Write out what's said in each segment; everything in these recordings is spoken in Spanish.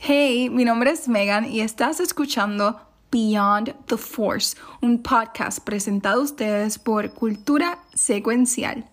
Hey, mi nombre es Megan y estás escuchando Beyond the Force, un podcast presentado a ustedes por Cultura Secuencial.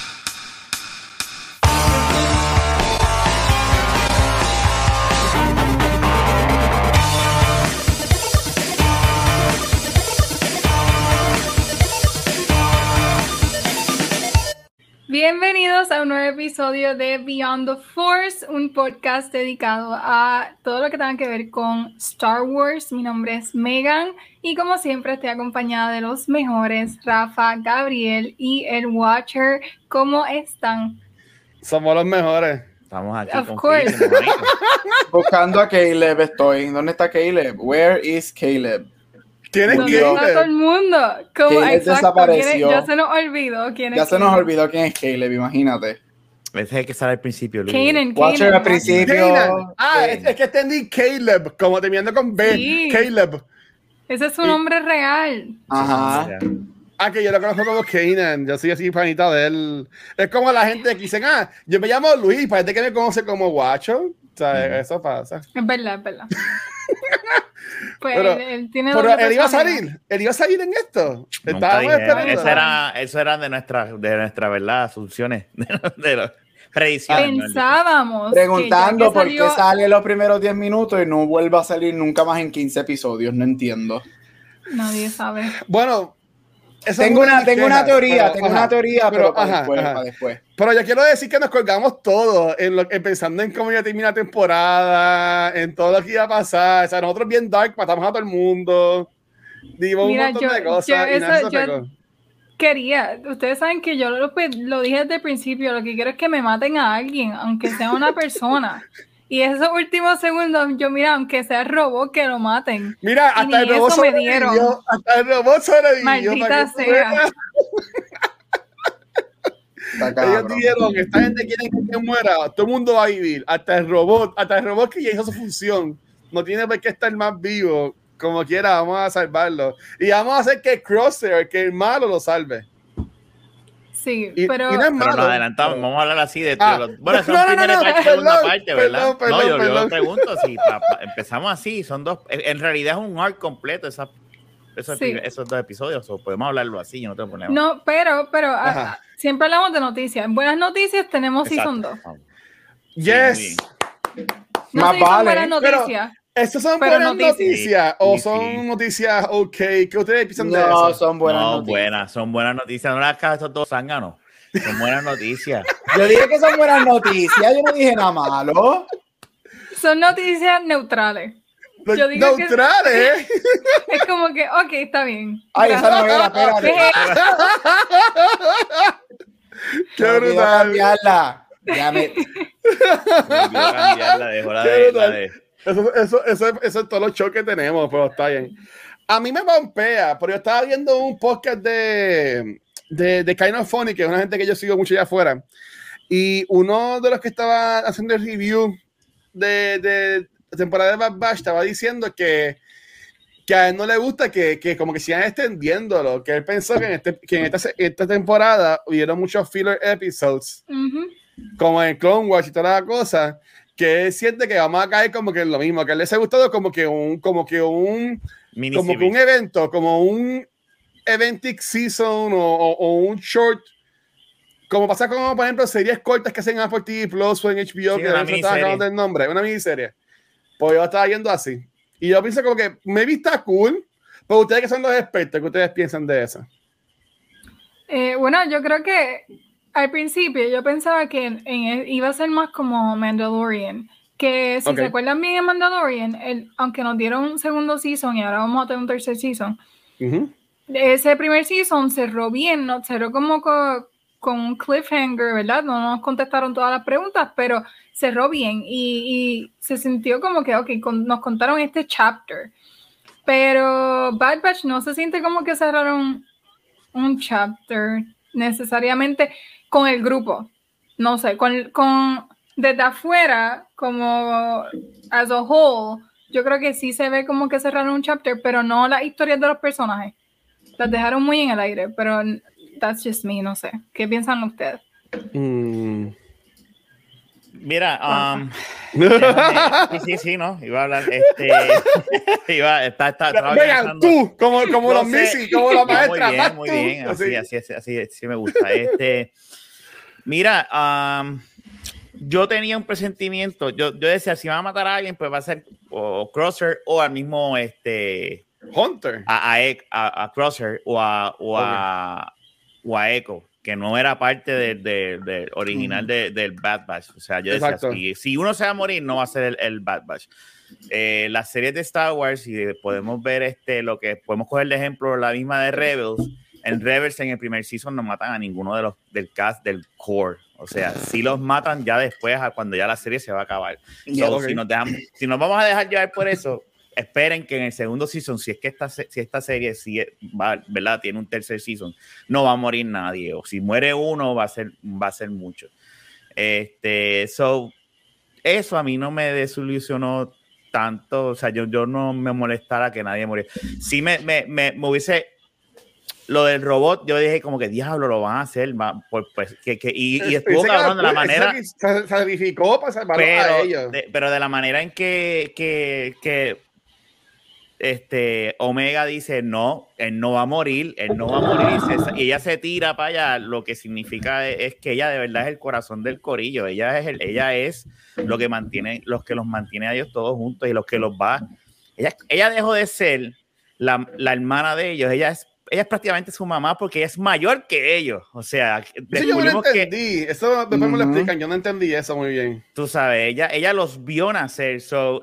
Bienvenidos a un nuevo episodio de Beyond the Force, un podcast dedicado a todo lo que tenga que ver con Star Wars. Mi nombre es Megan y como siempre estoy acompañada de los mejores, Rafa, Gabriel y el Watcher. ¿Cómo están? Somos los mejores. Estamos aquí Of con course. Buscando a Caleb estoy. ¿Dónde está Caleb? Where is Caleb? ¿Quién es ¿Dónde está todo Caleb? el mundo? ¿Cómo? Caleb Exacto, desapareció. ya se nos olvidó quién Ya es se nos Caleb. olvidó quién es Caleb, imagínate. Ese es el que sale al principio, Luis. Kanan, Watcher al Kanan. principio. Kanan. Es que entendí Caleb, como terminando con B. Sí. Caleb. Ese es su nombre real. Ajá. Que yo lo conozco como Kanan. Yo soy así panita de él. Es como la gente que dicen, yo me llamo Luis, parece que me conoce como Guacho. O sea, eso pasa. Es verdad, es verdad. Pues Pero- él tiene Pero doble él iba a personalidad. salir. Él iba a salir en esto. Nunca Estábamos dije, esperando. eso era de nuestra verdad, asunciones, de las predicciones. Pensábamos Preguntando que ya por que qué salió- sale los primeros 10 minutos y no vuelve a salir nunca más en 15 episodios. No entiendo. Nadie sabe. Bueno, esa Tengo es una teoría, pero para ajá, después, ajá. para después. Pero yo quiero decir que nos colgamos todos pensando en cómo ya termina la temporada, en todo lo que iba a pasar. O sea, nosotros bien dark, matamos a todo el mundo, dimos Mira, un montón yo- de cosas yo y nada eso- se yo- pegó. Quería, ustedes saben que yo lo dije desde el principio, lo que quiero es que me maten a alguien, aunque sea una persona. Y esos últimos segundos, yo mira, aunque sea el robot, que lo maten. Mira, Y hasta ni el robot eso me dieron. sobrevivió. Hasta el robot sobrevivió. Maldita para que tú sea. veas. Está Ellos cabrón. dijeron que esta gente quiere que muera, todo el mundo va a vivir. Hasta el robot que ya hizo su función, no tiene por qué estar más vivo. Como quiera, vamos a salvarlo. Y vamos a hacer que Crosshair, que el malo, lo salve. Sí, Y pero no es Pero malo. nos adelantamos, vamos a hablar así de bueno, son no, primera no, parte, segunda perdón, parte, ¿verdad? perdón, Yo perdón. pregunto si empezamos así, son dos, en realidad es un arc completo Sí. esos dos episodios, o podemos hablarlo así, yo no tengo problema. no, pero Ajá. siempre hablamos de noticias. Buenas noticias tenemos Exacto. Season 2. Yes. No Más se dicen vale. buenas Pero- noticias. ¿Estas son Pero buenas noticias. noticias Sí, o sí, son sí. noticias ok? ¿Qué ustedes piensan de No, eso? son buenas No, noticias. son buenas noticias, no las cagas estos dos zánganos, son buenas noticias. Yo dije que son buenas noticias, yo no dije nada malo. Son noticias neutrales. Los yo digo que- neutrales. Es como que, ok, está bien. Ay, esa no era, espérate. ¿Qué? Qué Me olvidó brutal. cambiarla. Ya me... Me olvidó cambiarla, dejó la Qué de, brutal. Eso es todos los shows que tenemos, pero está bien. A mí me pompea, pero yo estaba viendo un podcast de Kind of Funny, que es una gente que yo sigo mucho allá afuera, y uno de los que estaba haciendo el review de la temporada de Bad Batch estaba diciendo que a él no le gusta que como que sigan extendiéndolo, que él pensó que en esta temporada hubieron muchos filler episodes, Ujú. como en Clone Wars y toda la cosa, que él siente que vamos a caer como que en lo mismo, que a él les ha gustado como que un evento, como un eventic season o un short, como pasa como por ejemplo series cortas que hacen en Apple TV Plus o en HBO, Sí, que una no se está acabando miniserie. el nombre, una miniserie. Pues yo estaba yendo así. Y yo pienso como que maybe está cool, pero ustedes que son los expertos, ¿qué ustedes piensan de eso? Bueno, yo creo que al principio yo pensaba que iba a ser más como Mandalorian. Que si Ok. se acuerdan bien en Mandalorian, aunque nos dieron un segundo season y ahora vamos a tener un tercer season, Ujú. ese primer season cerró bien, ¿no? Cerró como con un cliffhanger, ¿verdad? No nos contestaron todas las preguntas, pero cerró bien y se sintió como que, ok, nos contaron este chapter. Pero Bad Batch no se siente como que cerraron un chapter necesariamente con el grupo. No sé, desde afuera, como as a whole, yo creo que sí se ve como que cerraron un chapter, pero no las historias de los personajes. Las dejaron muy en el aire, pero that's just me, no sé. ¿Qué piensan ustedes? Mira, sí, no, iba a hablar, Venga, tú, como no los Missy, como la maestra, muy bien, así me gusta. Mira, yo tenía un presentimiento, yo decía, si van a matar a alguien, pues va a ser o Crusher o al mismo Hunter, a Crusher o a Echo, que no era parte del original del Bad Batch. O sea, yo decía, si uno se va a morir, no va a ser el Bad Batch. Las series de Star Wars, y podemos ver lo que podemos coger de ejemplo, la misma de Rebels. En Rebels, en el primer season, no matan a ninguno de los del cast del core. O sea, si los matan ya después, cuando ya la serie se va a acabar. Si nos vamos a dejar llevar por eso, esperen que en el segundo season, si esta serie ¿verdad? Tiene un tercer season, no va a morir nadie, o si muere uno va a ser mucho. Eso a mí no me desilusionó tanto, o sea, yo no me molestara que nadie muriera. Sí me hubiese, lo del robot, yo dije como que diablo lo van a hacer, y estuvo cabrón de la manera, se sacrificó para salvarlo a ellos. Pero de la manera en que Omega dice no, él no va a morir, y ella se tira para allá, lo que significa es que ella de verdad es el corazón del corillo, ella es lo que los mantiene a ellos todos juntos y los que los va, ella dejó de ser la hermana de ellos, ella es prácticamente su mamá porque ella es mayor que ellos, o sea, yo no entendí, eso después me lo explican, yo no entendí eso muy bien. Tú sabes, ella los vio nacer,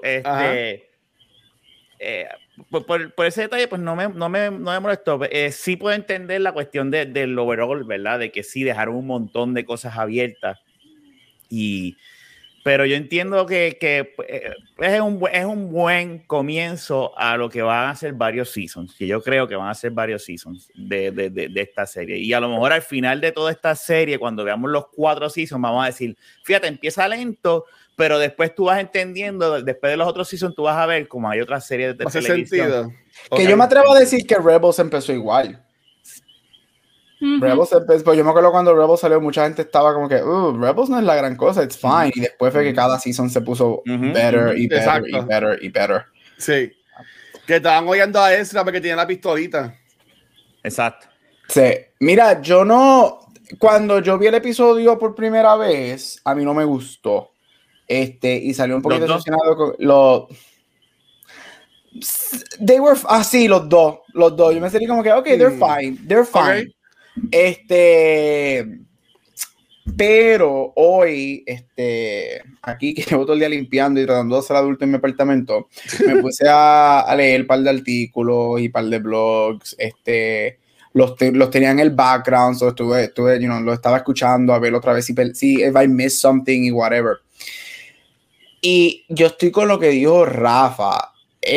por ese detalle, pues no me molestó. Sí puedo entender la cuestión del overall, ¿verdad? De que sí dejaron un montón de cosas abiertas. Pero yo entiendo que es un buen comienzo a lo que van a ser varios seasons. Que yo creo que van a ser varios seasons de esta serie. Y a lo mejor al final de toda esta serie, cuando veamos los 4 seasons, vamos a decir, fíjate, empieza lento, pero después tú vas entendiendo, después de los otros seasons, tú vas a ver como hay otras series de televisión. Sentido. Que yo me atrevo a decir que Rebels empezó igual. Rebels empezó, yo me acuerdo cuando Rebels salió, mucha gente estaba como que, Rebels no es la gran cosa, it's fine. Y después fue que cada season se puso better y better. Sí. Que estaban oyendo a Ezra porque tenía la pistolita. Exacto. Sí. Mira, cuando yo vi el episodio por primera vez, a mí no me gustó. Y salió un poquito decepcionado con los... los dos. Yo me sentí como que, okay, they're fine. Okay. Pero hoy, aquí que llevo todo el día limpiando y tratando de ser adulto en mi apartamento, me puse a leer un par de artículos y un par de blogs, los tenía en el background, so estuve lo estaba escuchando a ver otra vez si if I missed something y whatever. Y yo estoy con lo que dijo Rafa.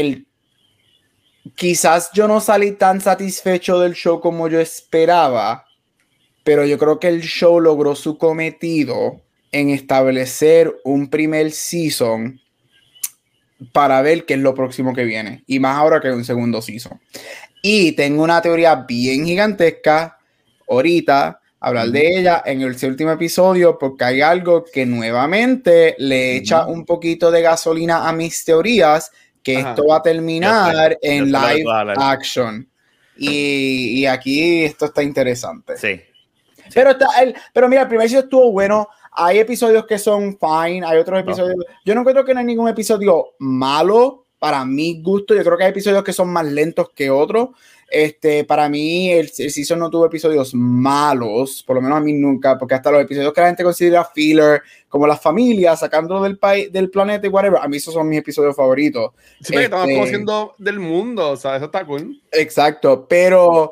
Quizás yo no salí tan satisfecho del show como yo esperaba, pero yo creo que el show logró su cometido en establecer un primer season para ver qué es lo próximo que viene. Y más ahora que un segundo season. Y tengo una teoría bien gigantesca ahorita, hablar de ella en el último episodio, porque hay algo que nuevamente le echa un poquito de gasolina a mis teorías, que esto va a terminar en live action. Y aquí esto está interesante. Sí. Pero mira, el primer episodio estuvo bueno. Hay episodios que son fine, hay otros episodios. Yo no encuentro que no hay ningún episodio malo para mi gusto. Yo creo que hay episodios que son más lentos que otros. Para mí el season no tuvo episodios malos, por lo menos a mí nunca, porque hasta los episodios que la gente considera filler, como las familias sacándolo del planeta y whatever, a mí esos son mis episodios favoritos. Sí, porque estamos conociendo del mundo, o sea, eso está cool. Exacto, pero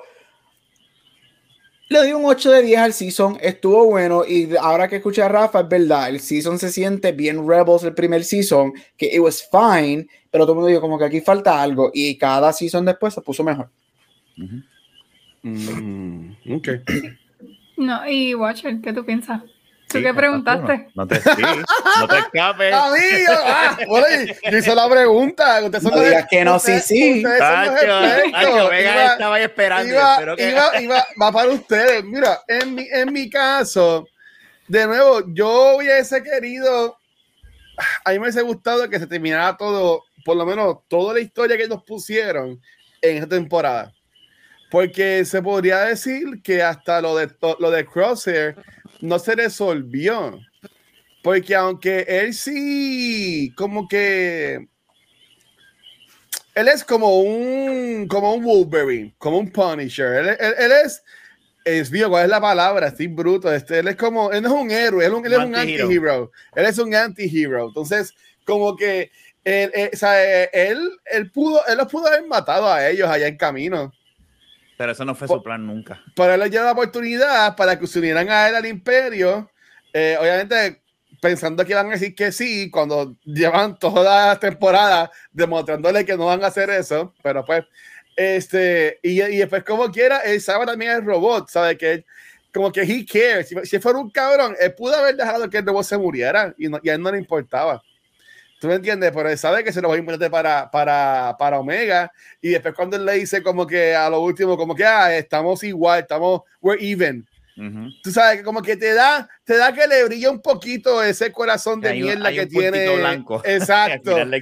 le doy un 8 de 10 al season, estuvo bueno, y ahora que escuché a Rafa, es verdad, el season se siente bien Rebels, el primer season, que it was fine, pero todo el mundo dijo como que aquí falta algo, y cada season después se puso mejor. Okay. No, y Watcher, ¿qué tú piensas? ¿Tú qué preguntaste? No te escapes. Yo hice la pregunta. No digas que no, sí. Vega estaba esperando. Va para ustedes. Mira, en mi caso, de nuevo, yo hubiese querido, a mí me hubiese gustado que se terminara todo, por lo menos toda la historia que nos pusieron en esta temporada. Porque se podría decir que hasta lo de Crosshair no se resolvió. Porque aunque él sí, como que él es como un Wolverine, como un Punisher. Él es mío, ¿cuál es la palabra? Estoy bruto. Él es como, él no es un héroe, él es un anti-hero. Él es un anti-hero. Entonces, como que él los pudo haber matado a ellos allá en camino. Pero eso no fue su plan nunca. Pero él les dio la oportunidad para que se unieran a él al Imperio. Obviamente, pensando que iban a decir que sí, cuando llevan todas las temporadas demostrándole que no van a hacer eso. Pero pues, y después, como quiera, él sabe también el robot, sabe que él, como que he cares. Si fuera un cabrón, él pudo haber dejado que el robot se muriera y a él no le importaba. ¿Tú me entiendes? Pero él sabe que se lo va a importante para Omega. Y después cuando él le dice como que a lo último, como que estamos igual, we're even. Tú sabes que como que te da que le brilla un poquito ese corazón de mierda que tiene. Blanco. Exacto. en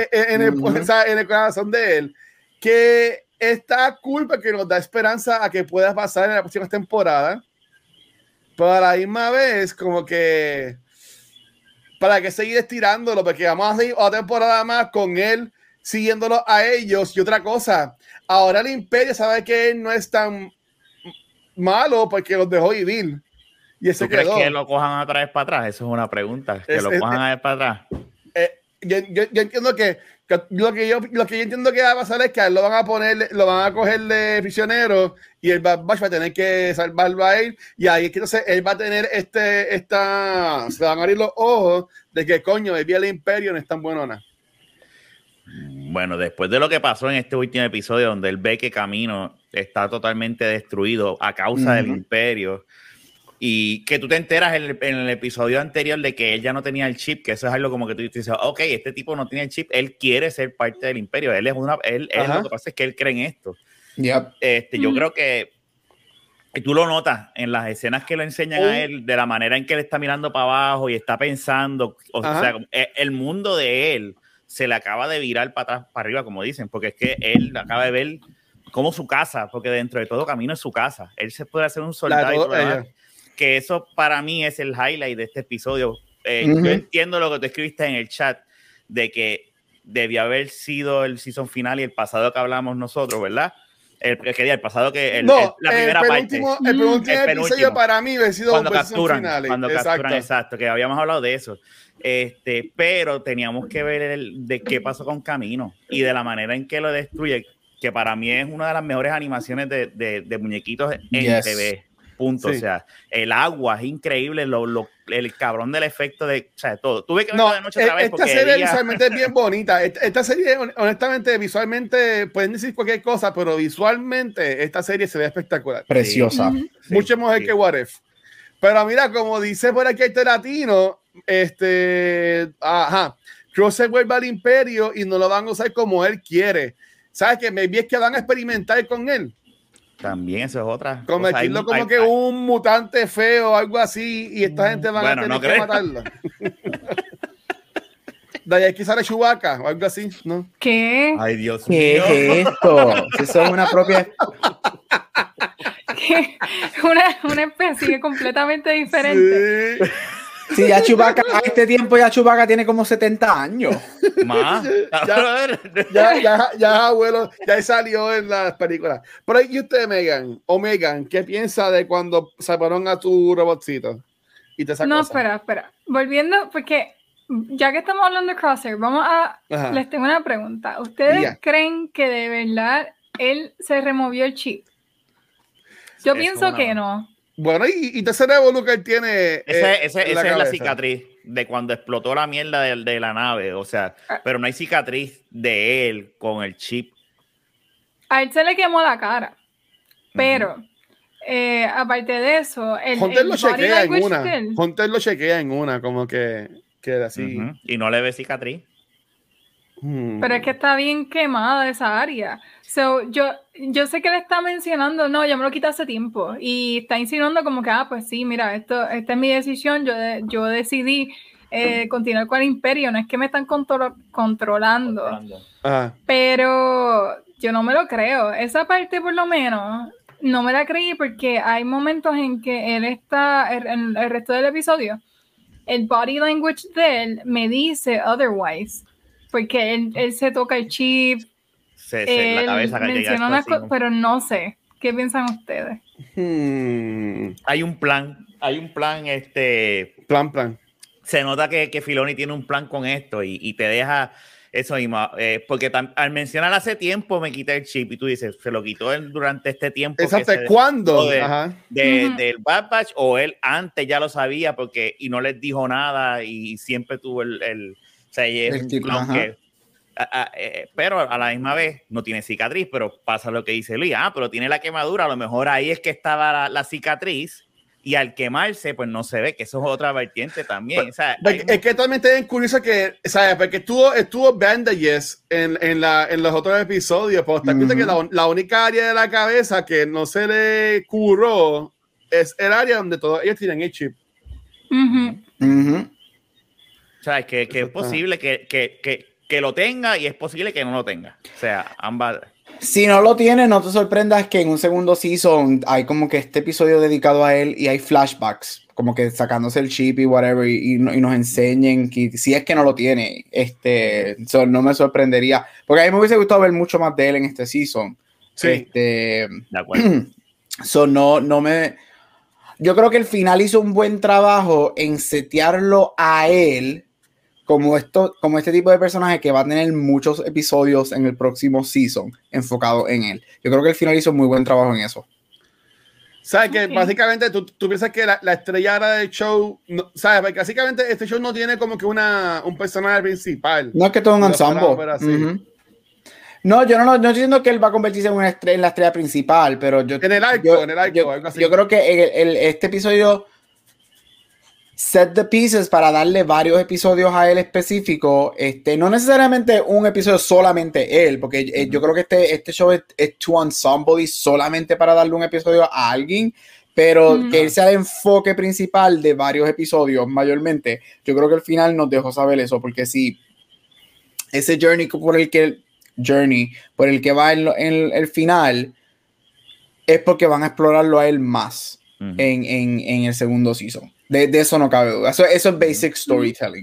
el corazón de él. Que está cool porque nos da esperanza a que pueda pasar en la próxima temporada. Pero a la misma vez, como que para que seguir estirándolo, porque vamos a seguir otra temporada más con él siguiéndolo a ellos. Y otra cosa, ahora el Imperio sabe que él no es tan malo porque los dejó vivir. Y ese ¿Tú crees que lo cojan otra vez para atrás? Eso es una pregunta. ¿Que lo cojan a ver para atrás? Yo entiendo que lo que yo entiendo que va a pasar es que a él lo van a coger de prisionero y el Bad Batch va a tener que salvarlo a él, y ahí es que entonces él va a tener se van a abrir los ojos de que coño, el día del Imperio no es tan bueno nada. Bueno, después de lo que pasó en este último episodio donde él ve que Camino está totalmente destruido a causa del Imperio, y que tú te enteras en el episodio anterior de que él ya no tenía el chip, que eso es algo como que tú dices, ok, este tipo no tiene el chip, él quiere ser parte del Imperio, él lo que pasa es que él cree en esto. Yep. Yo creo que tú lo notas en las escenas que lo enseñan a él, de la manera en que él está mirando para abajo y está pensando, o sea, el mundo de él se le acaba de virar para atrás, para arriba, como dicen, porque es que él acaba de ver como su casa, porque dentro de todo Camino es su casa, él se puede hacer un soldado y todo demás. Que eso para mí es el highlight de este episodio. Yo entiendo lo que tú escribiste en el chat de que debió haber sido el season final y el pasado que hablamos nosotros, ¿verdad? El pasado que la primera parte. El penúltimo episodio para mí ha sido cuando capturan, exacto, que habíamos hablado de eso. Pero teníamos que ver de qué pasó con Camino y de la manera en que lo destruye, que para mí es una de las mejores animaciones de muñequitos en TV. Punto. Sí. O sea, el agua es increíble, el cabrón del efecto de, o sea, todo. Tuve que verlo de noche otra vez. Esta serie visualmente es bien bonita. Esta serie, honestamente, visualmente, pueden decir cualquier cosa, pero visualmente esta serie se ve espectacular. Preciosa. Sí. Mucho mejor que What If. Pero mira, como dice por aquí este latino, Cross se vuelve al Imperio y no lo van a usar como él quiere. ¿Sabes qué? Maybe es que van a experimentar con él. También eso es otra. Convertirlo como que un mutante feo o algo así, y esta gente van a tener que matarlo. De ahí que sale Chewbacca o algo así, ¿no? ¿Qué? Ay, Dios mío. ¿Qué es esto? Eso es una propia... una especie completamente diferente. Sí. Sí, ya Chewbacca, a este tiempo ya Chewbacca tiene como 70 años. Más. Ya abuelo, ya salió en las películas. Pero ¿y usted, Megan, qué piensa de cuando sacaron a tu robotcito? Y te sacó. No, espera. Volviendo, porque ya que estamos hablando de Crosshair, les tengo una pregunta. ¿Ustedes creen que de verdad él se removió el chip? Yo pienso que no. Bueno, y te cerebro lo que él tiene. Esa es la cicatriz de cuando explotó la mierda de la nave. O sea, pero no hay cicatriz de él con el chip. A él se le quemó la cara. Pero, aparte de eso, Hunter lo chequea en una. Hunter lo chequea en una, como que así. Y no le ve cicatriz. Pero es que está bien quemada esa área. So, yo sé que él está mencionando, no, yo me lo quité hace tiempo. Y está insinuando como que, pues sí, mira, esta es mi decisión. Yo decidí continuar con el imperio. No es que me están controlando. Pero yo no me lo creo. Esa parte, por lo menos, no me la creí porque hay momentos en que él está, en el resto del episodio, el body language de él me dice otherwise. Porque él se toca el chip. La cabeza menciona unas cosas, pero no sé. ¿Qué piensan ustedes? Hay un plan. Plan. Se nota que Filoni tiene un plan con esto y te deja eso mismo. Porque al mencionar hace tiempo me quité el chip y tú dices, se lo quitó él durante este tiempo. Exacto, ¿cuándo? Del Bad Batch, o él antes ya lo sabía y no les dijo nada y siempre tuvo el pero a la misma vez no tiene cicatriz, pero pasa lo que dice Luis, pero tiene la quemadura, a lo mejor ahí es que estaba la cicatriz y al quemarse pues no se ve, que eso es otra vertiente también. O sea, es que también es curioso que, ¿sabes? Porque estuvo bandages en los otros episodios, pero está cuenta que la única área de la cabeza que no se le curó es el área donde todos ellos tienen el chip. O sea, es que es posible que lo tenga y es posible que no lo tenga. O sea, ambas. Si no lo tiene, no te sorprendas que en un segundo season hay como que este episodio dedicado a él y hay flashbacks, como que sacándose el chip y whatever, y nos enseñen que si es que no lo tiene. No me sorprendería, porque a mí me hubiese gustado ver mucho más de él en este season. Sí. De acuerdo. Yo creo que el final hizo un buen trabajo en setearlo a él como este tipo de personaje que va a tener muchos episodios en el próximo season enfocado en él. Yo creo que el final hizo muy buen trabajo en eso. ¿Sabes? Que básicamente tú piensas que la estrella del show, no, ¿sabes? Porque básicamente este show no tiene como que un personaje principal. No es que todo un ensemble. No, yo no entiendo que él va a convertirse en la estrella principal, pero yo... En el arco, algo así. Yo creo que este episodio set the pieces para darle varios episodios a él específico, no necesariamente un episodio solamente él, porque yo creo que este show es to ensemble y solamente para darle un episodio a alguien, pero que él sea el enfoque principal de varios episodios mayormente. Yo creo que al final nos dejó saber eso, porque si ese journey por el que va en el final es porque van a explorarlo a él más en el segundo season. De eso no cabe duda. Eso es basic storytelling.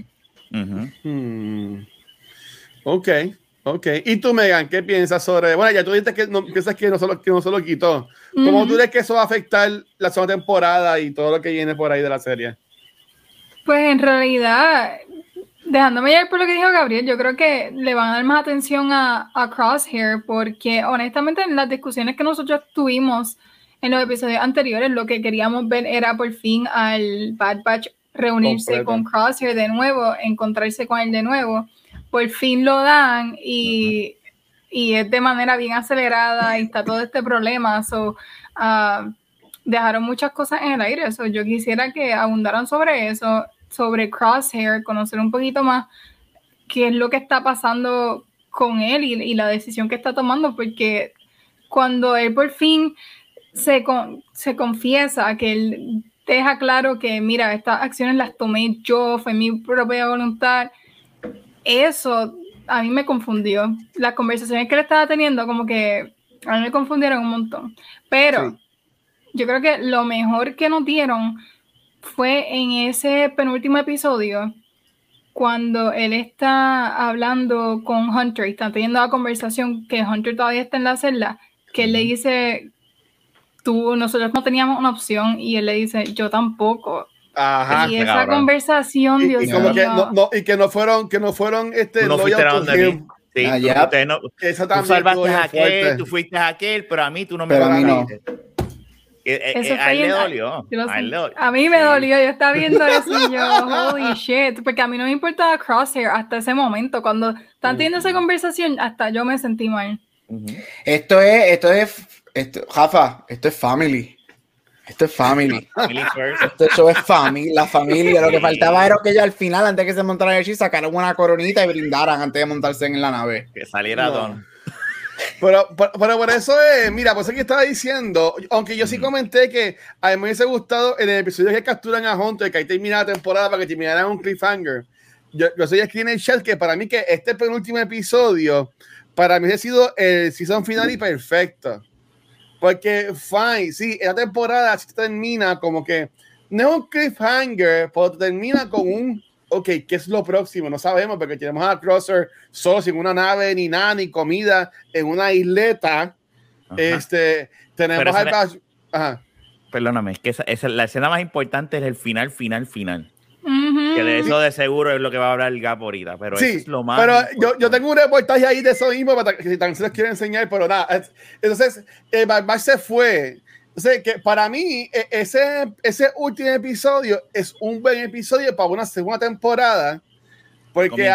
Ok. ¿Y tú, Megan, qué piensas sobre...? Bueno, ya tú dijiste que piensas que no se lo quitó. ¿Cómo tú crees que eso va a afectar la segunda temporada y todo lo que viene por ahí de la serie? Pues en realidad, dejándome llevar por lo que dijo Gabriel, yo creo que le van a dar más atención a Crosshair, porque honestamente en las discusiones que nosotros tuvimos en los episodios anteriores, lo que queríamos ver era por fin al Bad Batch reunirse con Crosshair de nuevo, encontrarse con él de nuevo. Por fin lo dan y es de manera bien acelerada y está todo este problema. Dejaron muchas cosas en el aire. Yo quisiera que abundaran sobre eso, sobre Crosshair, conocer un poquito más qué es lo que está pasando con él y la decisión que está tomando, porque cuando él por fin se confiesa, que él deja claro que mira, estas acciones las tomé yo, fue mi propia voluntad, eso a mí me confundió. Las conversaciones que él estaba teniendo como que a mí me confundieron un montón, pero yo creo que lo mejor que nos dieron fue en ese penúltimo episodio, cuando él está hablando con Hunter y está teniendo la conversación, que Hunter todavía está en la celda, que él le dice, nosotros no teníamos una opción, y él le dice, yo tampoco. Ajá, y esa conversación, Dios mío. Y que no fueron no fuiste a donde mí. Sí, tú salvaste a aquel, tú fuiste a aquel, pero a mí tú no me salvaste. A él le dolió. A mí me dolió. Yo estaba viendo eso y yo, holy shit, porque a mí no me importaba Crosshair hasta ese momento. Cuando están teniendo esa conversación, hasta yo me sentí mal. Rafa, esto es family. Esto es family. Family first. Este show es family, la familia. Lo que faltaba era que ellos al final, antes que se montaran el hechizo, sacaran una coronita y brindaran antes de montarse en la nave. Que saliera Don. Pero por eso es, mira, por eso que estaba diciendo, aunque yo sí comenté que a mí me hubiese gustado en el episodio que capturan a Hunter, que ahí termina la temporada para que terminaran un cliffhanger. Yo soy aquí en el chat que para mí que este penúltimo episodio, para mí ha sido el season final y perfecto. Porque, fine, sí, esta temporada sí termina como que, no es un cliffhanger, pero termina con un, ok, ¿qué es lo próximo? No sabemos, porque tenemos a Crusher solo sin una nave, ni nada, ni comida, en una isleta. Ajá. Tenemos al... Ajá. Perdóname, es que la escena más importante es el final. Uh-huh. Que de eso de seguro es lo que va a hablar el Gap ahorita, pero sí, eso es lo más pero yo tengo un reportaje ahí de eso mismo para que si también se los quiero enseñar, pero nada. Entonces, Bad Batch se fue. Entonces, que para mí, ese último episodio es un buen episodio para una segunda temporada, porque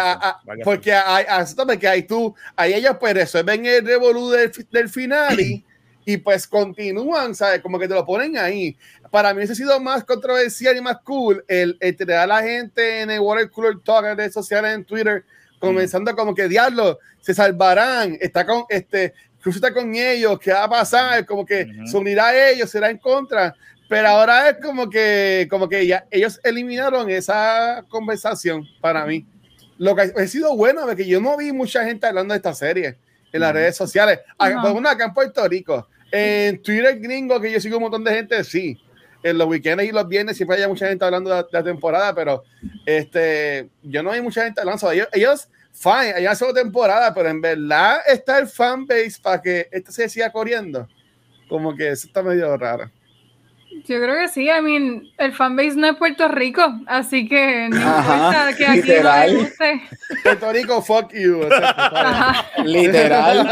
ahí ellos pues resuelven el revolú del final y pues continúan, ¿sabes? Como que te lo ponen ahí. Para mí ese ha sido más controversial y más cool el tener a la gente en el Water Cooler Talk en redes sociales, en Twitter, comenzando como que diablo, se salvarán, Cruz está con ellos, ¿qué va a pasar? Como que se unirá a ellos, será en contra, pero ahora es como que ya ellos eliminaron esa conversación para mí. Lo que ha sido bueno, porque yo no vi mucha gente hablando de esta serie en las redes sociales, acá en Puerto Rico, en Twitter gringo, que yo sigo un montón de gente, sí. En los weekends y los viernes siempre hay mucha gente hablando de la temporada, pero yo no hay mucha gente hablando. Ellos fine, hay una segunda temporada, pero en verdad está el fanbase para que esta se siga corriendo. Como que eso está medio raro. Yo creo que sí, el fanbase no es Puerto Rico, así que no importa que aquí no le guste. Puerto Rico, fuck you. Literal.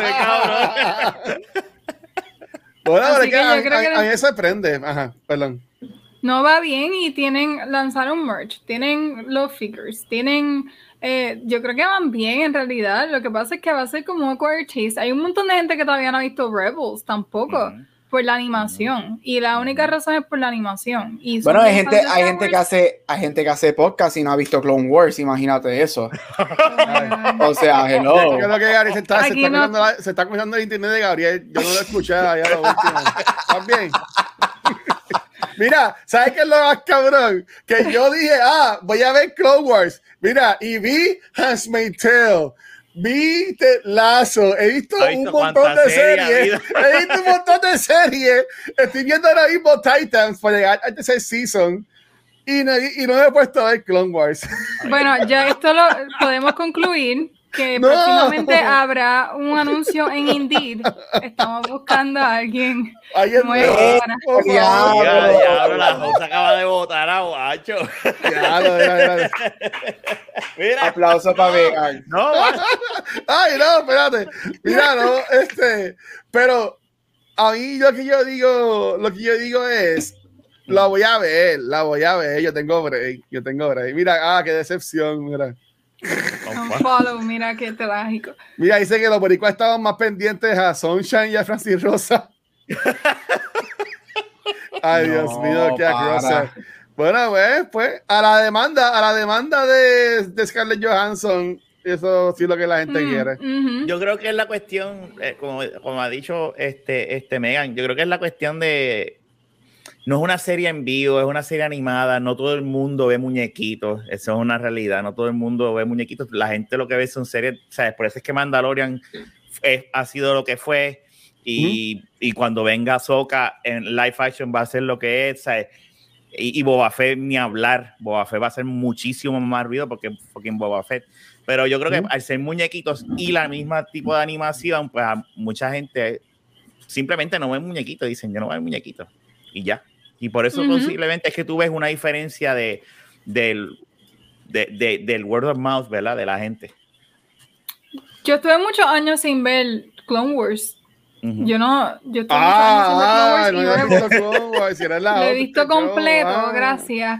Bueno, a mí me sorprende. Ajá, perdón. No va bien y lanzaron merch, tienen los figures, yo creo que van bien en realidad. Lo que pasa es que va a ser como un acquired taste. Hay un montón de gente que todavía no ha visto Rebels tampoco por la animación y la única razón es por la animación. Y bueno, hay gente que hace podcast y no ha visto Clone Wars, imagínate eso. O sea, hello. Yo creo que Gabriel se está escuchando el internet de Gabriel. Yo no lo escuché allá lo último. ¿Estás bien? Mira, ¿sabes qué es lo más cabrón? Que yo dije, voy a ver Clone Wars. Mira, y vi Handmaid's Tale, vi Ted Lasso, he visto un montón de series. He visto un montón de series. Estoy viendo ahora mismo Titans para llegar al tercer season. Y no me he puesto a ver Clone Wars. Bueno, ya esto lo podemos concluir. Que próximamente habrá un anuncio en Indeed. Estamos buscando a alguien nuevo. Ya, la Rosa acaba de votar a Guacho. Mira. Aplauso para Vegan. Ay, no, espérate. Mira, no, pero a mí lo que yo digo es, la voy a ver. Yo tengo break. Mira, qué decepción, mira. Follow, mira qué trágico. Mira, dice que los boricuas estaban más pendientes a Sunshine y a Francis Rosa. Ay, Dios mío, qué cosa. Bueno, pues a la demanda de Scarlett Johansson, eso sí es lo que la gente quiere. Yo creo que es la cuestión, como ha dicho Megan, yo creo que es la cuestión de no es una serie en vivo, es una serie animada, no todo el mundo ve muñequitos, eso es una realidad, no todo el mundo ve muñequitos, la gente lo que ve son series, ¿sabes? Por eso es que Mandalorian ha sido lo que fue y cuando venga Ahsoka en live action va a ser lo que es, ¿sabes? Y Boba Fett ni hablar, Boba Fett va a ser muchísimo más ruido porque fucking Boba Fett, pero yo creo que al ser muñequitos y la misma tipo de animación, pues a mucha gente simplemente no ve muñequitos, dicen yo no veo muñequitos y ya. Y por eso posiblemente es que tú ves una diferencia del word of mouth, ¿verdad? De la gente. Yo estuve muchos años sin ver Clone Wars. Yo estuve muchos años sin ver Clone Wars y Rebels. Lo he visto completo, gracias.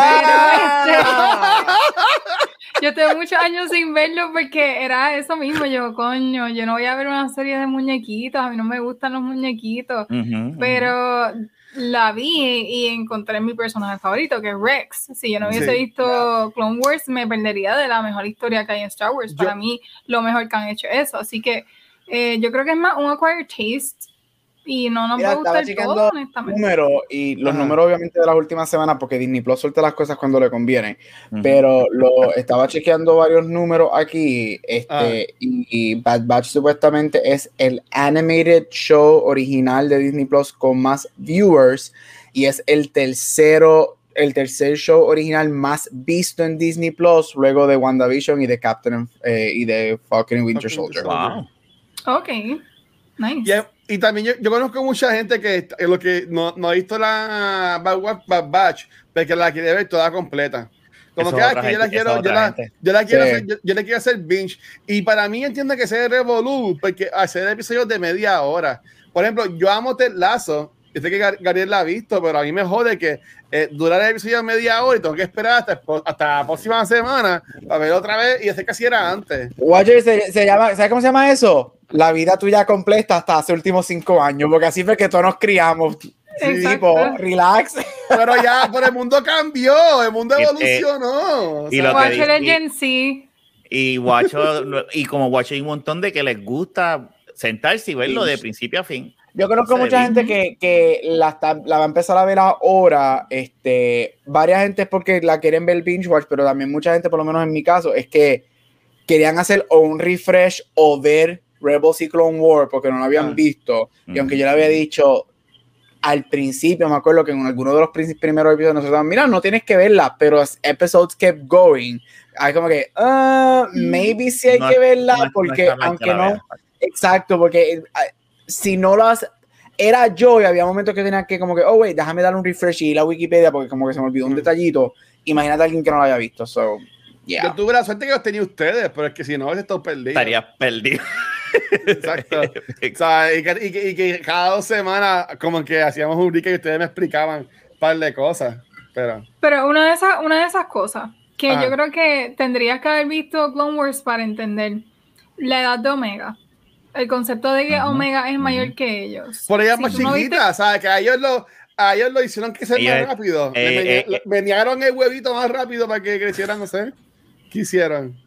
Yo tuve muchos años sin verlo porque era eso mismo. Yo no voy a ver una serie de muñequitos. A mí no me gustan los muñequitos. Pero la vi y encontré mi personaje favorito, que es Rex. Si yo no hubiese visto Clone Wars, me perdería de la mejor historia que hay en Star Wars. Para mí, lo mejor que han hecho eso. Así que yo creo que es más un acquired taste y no nos va a gustar todo, honestamente. Números, y los números obviamente de las últimas semanas, porque Disney Plus suelta las cosas cuando le conviene, pero estaba chequeando varios números aquí, y Bad Batch supuestamente es el animated show original de Disney Plus con más viewers, y es el tercer show original más visto en Disney Plus luego de WandaVision y de y de Falcon and Winter Soldier. Wow. Ok, nice. Y también yo conozco mucha gente que lo que no ha visto la Bad Batch, porque la quiere ver toda completa. Como que yo la quiero hacer binge. Y para mí entiendo que sea revolú, porque hacer episodios de media hora. Por ejemplo, yo amo Ted Lasso. Yo sé que Gabriel la ha visto, pero a mí me jode que durar el episodio media hora y tengo que esperar hasta la próxima semana para verlo otra vez y hacer casi era antes. Watcher se llama, ¿sabes cómo se llama eso? La vida tuya completa hasta hace últimos 5 años, porque así fue que todos nos criamos. Sí, tipo, relax. Pero el mundo cambió, el mundo evolucionó. Y Watcher es Gen Z. Y como Watcher hay un montón de que les gusta sentarse y verlo de principio a fin. Yo conozco mucha gente que la va a empezar a ver ahora. Varias gente es porque la quieren ver binge watch, pero también mucha gente, por lo menos en mi caso, es que querían hacer o un refresh o ver Rebels y Clone Wars porque no lo habían visto. Y aunque yo le había dicho al principio, me acuerdo que en alguno de los primeros episodios nosotros, mira, no tienes que verla, pero as episodes kept going, hay como que, maybe sí hay que verla, porque aunque no, exacto, porque si no las era yo y había momentos que tenía que como que, wait, déjame dar un refresh y la Wikipedia porque como que se me olvidó un detallito. Imagínate a alguien que no lo haya visto. So, yeah. Yo tuve la suerte que los tenía ustedes, pero es que si no, estoy perdido. Estarías perdido. Exacto. O sea, y que cada 2 semanas como que hacíamos un recap y ustedes me explicaban un par de cosas. Pero una de esas cosas que yo creo que tendrías que haber visto Clone Wars para entender la edad de Omega. El concepto de que Omega es mayor que ellos. Por ella es más chiquita, ¿sabes? Que a ellos lo hicieron crecer más rápido. Me negaron el huevito más rápido para que crecieran, no sé. ¿Qué hicieron?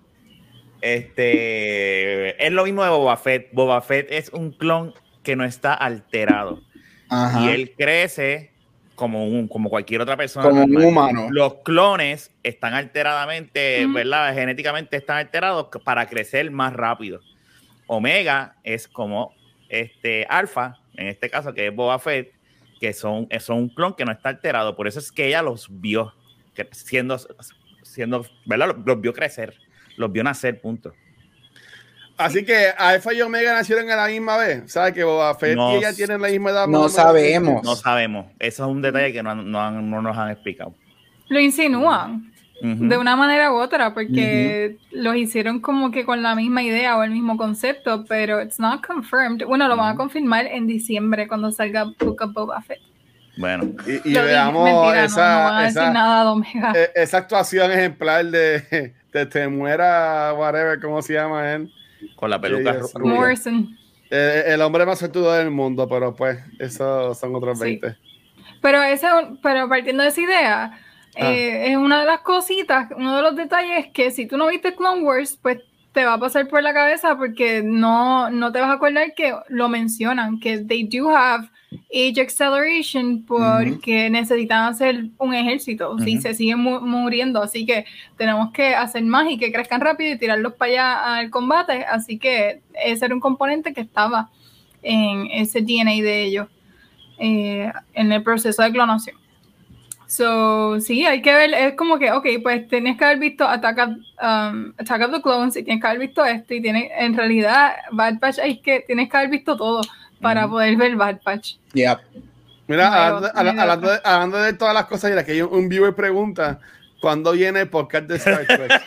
Es lo mismo de Boba Fett. Boba Fett es un clon que no está alterado. Ajá. Y él crece como cualquier otra persona. Como un humano. Los clones están alteradamente, ¿verdad? Genéticamente están alterados para crecer más rápido. Omega es como Alpha, en este caso que es Boba Fett, que son un clon que no está alterado. Por eso es que ella los vio siendo ¿verdad? Los vio crecer, los vio nacer, punto. Así que Alpha y Omega nacieron a la misma vez. ¿Sabes que Boba Fett y ella tienen la misma edad? No sabemos. No sabemos. Eso es un detalle que no nos han explicado. Lo insinúan. De una manera u otra, porque los hicieron como que con la misma idea o el mismo concepto, pero it's not confirmed. Bueno, lo van a confirmar en diciembre cuando salga Book of Boba Fett. Bueno, y veamos mentira, no van a decir nada de Omega. Esa actuación ejemplar de te muera, whatever, ¿cómo se llama él? Con la peluca Morrison. El hombre más suertudo del mundo, pero pues, esos son otros 20. Pero partiendo de esa idea, es una de las cositas, uno de los detalles que si tú no viste Clone Wars, pues te va a pasar por la cabeza porque no te vas a acordar que lo mencionan, que they do have age acceleration porque necesitan hacer un ejército, si se siguen muriendo, así que tenemos que hacer más y que crezcan rápido y tirarlos para allá al combate, así que ese era un componente que estaba en ese DNA de ellos en el proceso de clonación. So, sí, hay que ver, es como que, pues tienes que haber visto Attack of the Clones y tienes que haber visto esto y en realidad Bad Batch tienes que haber visto todo para poder ver Bad Batch. Yeah. Mira, hablando de todas las cosas, mira, que hay un viewer pregunta, ¿cuándo viene el podcast de Star Trek?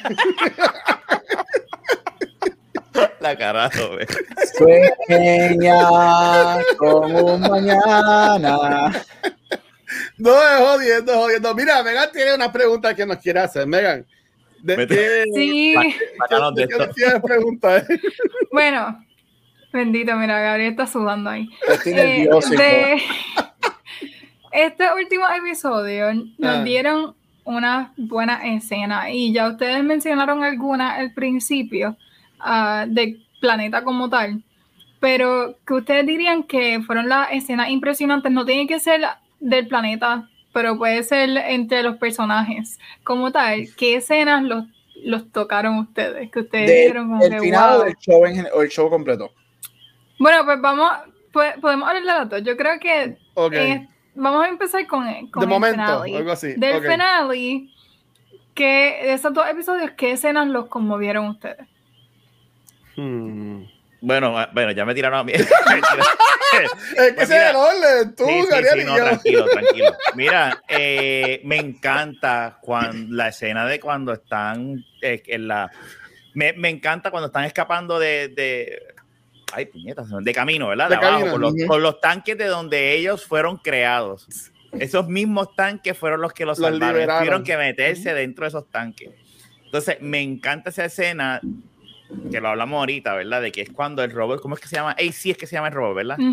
La carajo, güey. Sueña como mañana. No, es jodiendo. Mira, Megan tiene una pregunta que nos quiere hacer. Megan. Sí. ¿Qué quieres preguntar? Bueno, bendito, mira, Gabriel está sudando ahí. Estoy nervioso. este último episodio nos dieron una buena escena y ya ustedes mencionaron alguna al principio del planeta como tal, pero que ustedes dirían que fueron las escenas impresionantes, no tiene que ser del planeta, pero puede ser entre los personajes como tal. ¿Qué escenas los tocaron ustedes? Que ustedes dijeron como el que final wow. del show o el show completo. Bueno, pues podemos hablar de las dos. Yo creo que vamos a empezar con de el momento, finale. algo así. Del finale, de esos dos episodios, ¿qué escenas los conmovieron ustedes? Bueno, ya me tiraron a mí. Es que ese es el orden, tú, Gabriel, no, tranquilo. Mira, me encanta la escena de cuando están en la... Me encanta cuando están escapando ay, puñetas, de camino, ¿verdad? De abajo, con los tanques de donde ellos fueron creados. Esos mismos tanques fueron los que los salvaron. Tuvieron que meterse dentro de esos tanques. Entonces, me encanta esa escena, que lo hablamos ahorita, ¿verdad? De que es cuando el robot, ¿cómo es que se llama? AC es que se llama el robot, ¿verdad?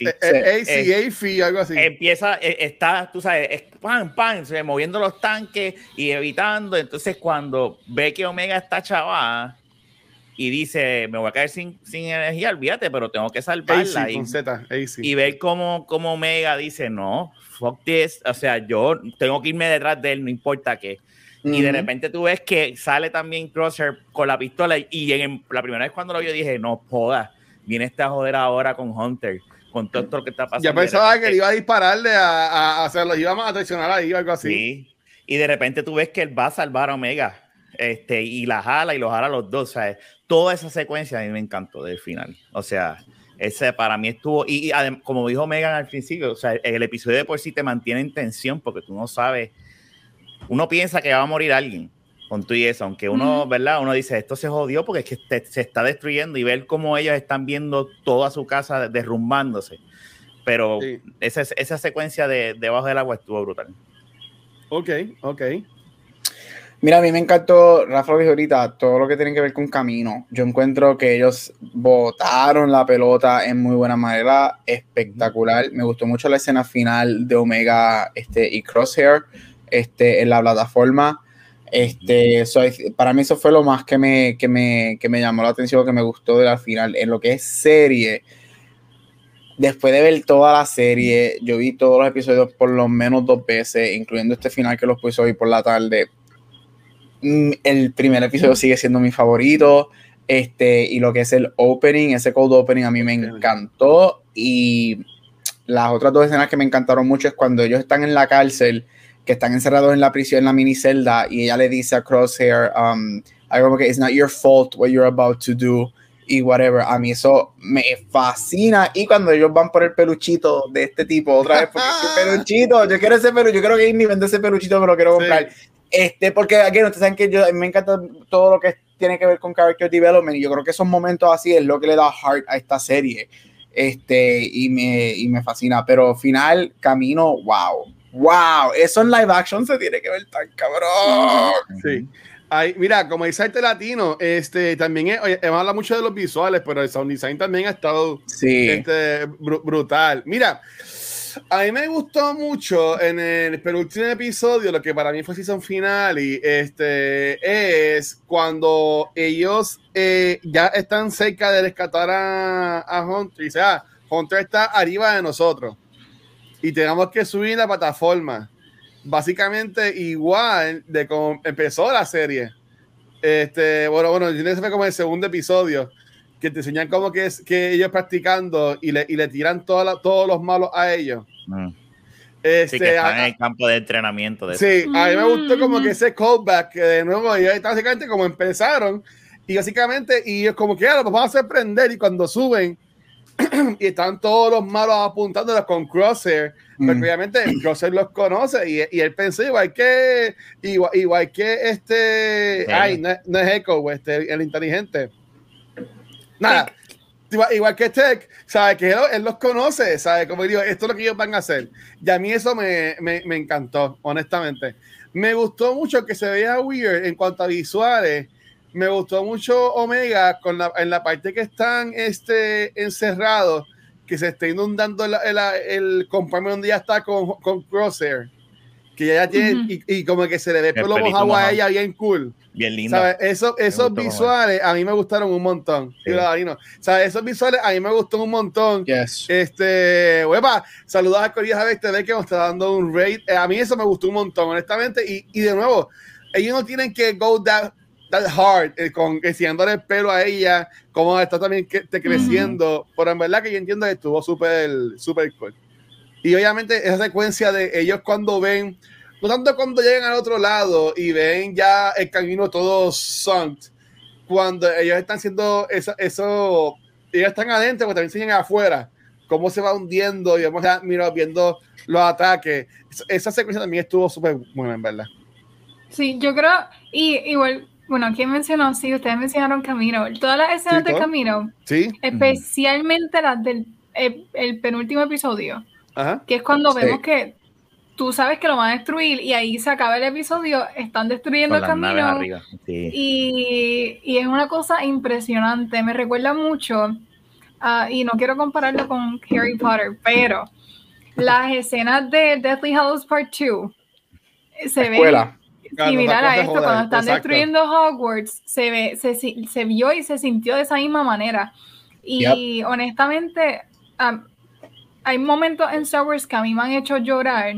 AC, algo así. Empieza, está, tú sabes, moviendo los tanques y evitando. Entonces, cuando ve que Omega está chavada y dice, me voy a caer sin energía, olvídate, pero tengo que salvarla. Y ver cómo Omega dice, no, fuck this, o sea, yo tengo que irme detrás de él, no importa qué. Y de repente tú ves que sale también Crosshair con la pistola y la primera vez cuando lo vi dije, no jodas, viene a joder ahora con Hunter, con todo esto que está pasando. Ya pensaba que le iba a dispararle a hacerlo, íbamos a traicionar ahí o algo así. Sí, y de repente tú ves que él va a salvar a Omega, y la jala y los jala los dos, ¿sabes? Toda esa secuencia a mí me encantó del final, o sea, ese para mí estuvo, y como dijo Megan al principio, o sea, el episodio de por sí te mantiene en tensión porque tú no sabes. Uno piensa que va a morir alguien con tú y eso, aunque uno, ¿verdad? Uno dice, esto se jodió porque es que se está destruyendo y ver cómo ellos están viendo toda su casa derrumbándose. Pero esa secuencia de debajo del agua estuvo brutal. Ok. Mira, a mí me encantó, Rafa lo dijo ahorita, todo lo que tiene que ver con camino. Yo encuentro que ellos botaron la pelota en muy buena manera, espectacular. Me gustó mucho la escena final de Omega y Crosshair. En la plataforma, para mí eso fue lo más que me llamó la atención, que me gustó de la final. En lo que es serie, después de ver toda la serie, yo vi todos los episodios por lo menos 2 veces, incluyendo este final que los puse hoy por la tarde. El primer episodio sigue siendo mi favorito, y lo que es el opening, ese cold opening a mí me encantó, y las otras 2 escenas que me encantaron mucho es cuando ellos están en la cárcel, que están encerrados en la prisión, en la minicelda, y ella le dice a Crosshair, algo como que it's not your fault what you're about to do, y whatever. A mí eso me fascina, y cuando ellos van por el peluchito de este tipo, otra vez, porque ese peluchito, yo quiero ese peluchito, yo creo que Disney vende ese peluchito, me lo quiero comprar. Porque, again, ustedes saben que a mí me encanta todo lo que tiene que ver con character development, y yo creo que esos momentos así es lo que le da heart a esta serie, y me fascina, pero final, camino, wow, eso en live action se tiene que ver tan cabrón. Sí. Ay, mira, como dice Arte Latino, también hemos hablado mucho de los visuales, pero el sound design también ha estado brutal. Mira, a mí me gustó mucho en el penúltimo episodio, lo que para mí fue season finale, es cuando ellos ya están cerca de rescatar a Hunter, y Hunter está arriba de nosotros y tenemos que subir la plataforma, básicamente igual de como empezó la serie. Bueno, ese fue como el segundo episodio, que te enseñan como que ellos practicando y le tiran todos los malos a ellos. Sí, que están en el campo de entrenamiento. A mí me gustó como que ese callback, que de nuevo ellos básicamente como empezaron, y básicamente, y es como que los vamos a sorprender, y cuando suben y están todos los malos apuntándolos con Crosshair, porque obviamente Crosshair los conoce, y él pensó igual que no es Echo, el inteligente, nada, igual que Tech, sabe que él los conoce, sabe, como digo, esto es lo que ellos van a hacer, y a mí eso me encantó, honestamente. Me gustó mucho que se vea weird en cuanto a visuales. Me gustó mucho Omega en la parte que están encerrados, que se esté inundando el compartment donde ya está con Crosshair, que ya tiene, y como que se le ve el pelo mojado a ella bien cool. Bien lindo. ¿Sabes? Esos visuales a mí me gustaron un montón. Sí. ¿Sabes? Esos visuales a mí me gustó un montón. Yes. Huepa, saludos a Corilla Javier TV que nos está dando un rate. A mí eso me gustó un montón, honestamente. Y de nuevo, ellos no tienen que go that hard con enseñándole el pelo a ella, como está también creciendo. Pero en verdad que yo entiendo que estuvo súper cool. Y obviamente esa secuencia de ellos cuando ven, no tanto cuando llegan al otro lado y ven ya el camino todo sunk, cuando ellos están haciendo eso, ellos están adentro, pero también enseñan afuera cómo se va hundiendo y vamos viendo los ataques. Esa secuencia también estuvo súper buena, en verdad. Sí, yo creo, y igual, bueno, ¿quién mencionó? Sí, ustedes mencionaron Camino. Todas las escenas de Camino, especialmente las del el penúltimo episodio, que es cuando vemos que tú sabes que lo van a destruir y ahí se acaba el episodio, están destruyendo el camino y es una cosa impresionante, me recuerda mucho y no quiero compararlo con Harry Potter, pero las escenas de Deathly Hallows Part 2 se ven similar a esto, cuando están destruyendo Hogwarts, se vio y se sintió de esa misma manera y honestamente hay momentos en Star Wars que a mí me han hecho llorar,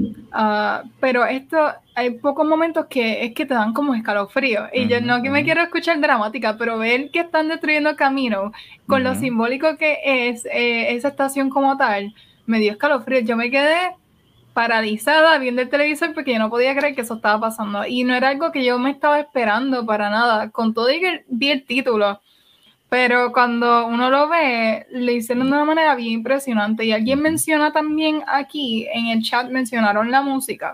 pero hay pocos momentos que es que te dan como escalofrío. Y yo no que me quiero escuchar dramática, pero ver que están destruyendo Camino con lo simbólico que es esa estación como tal, me dio escalofrío. Yo me quedé paralizada viendo el televisor porque yo no podía creer que eso estaba pasando. Y no era algo que yo me estaba esperando para nada. Con todo y que vi el título, pero cuando uno lo ve, le hicieron de una manera bien impresionante. Y alguien menciona también aquí, en el chat mencionaron la música.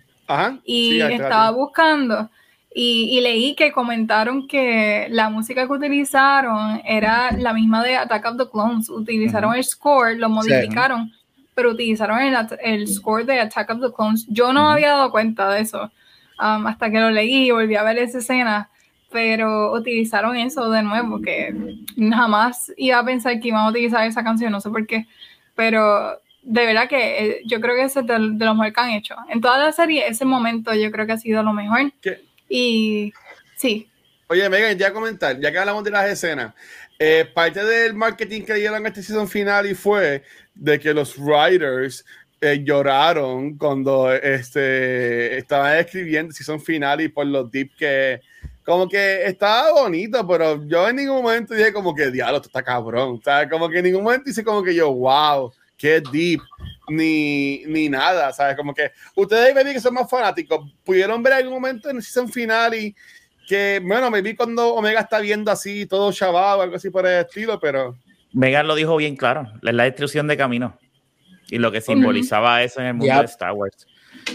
Y estaba buscando y leí que comentaron que la música que utilizaron era la misma de Attack of the Clones. Utilizaron el score, lo modificaron, pero utilizaron el score de Attack of the Clones. Yo no había dado cuenta de eso hasta que lo leí y volví a ver esa escena. Pero utilizaron eso de nuevo, que jamás iba a pensar que iban a utilizar esa canción, no sé por qué, pero de verdad que yo creo que ese es de los mejores que han hecho. En toda la serie, ese momento yo creo que ha sido lo mejor. ¿Qué? Y sí. Oye, Megan, ya comentar, ya que hablamos de las escenas, parte del marketing que dieron este season final y fue de que los writers lloraron cuando estaban escribiendo season final y por los deep que como que estaba bonito, pero yo en ningún momento dije como que diablo, esto está cabrón, o sea, como que en ningún momento hice como que yo, wow, qué deep, ni nada, ¿sabes? Como que ustedes me que son más fanáticos, pudieron ver algún momento en el season final y que, bueno, me vi cuando Omega está viendo así todo chavado, algo así por el estilo, pero... Megan lo dijo bien claro, es la destrucción de Camino y lo que simbolizaba eso en el mundo de Star Wars.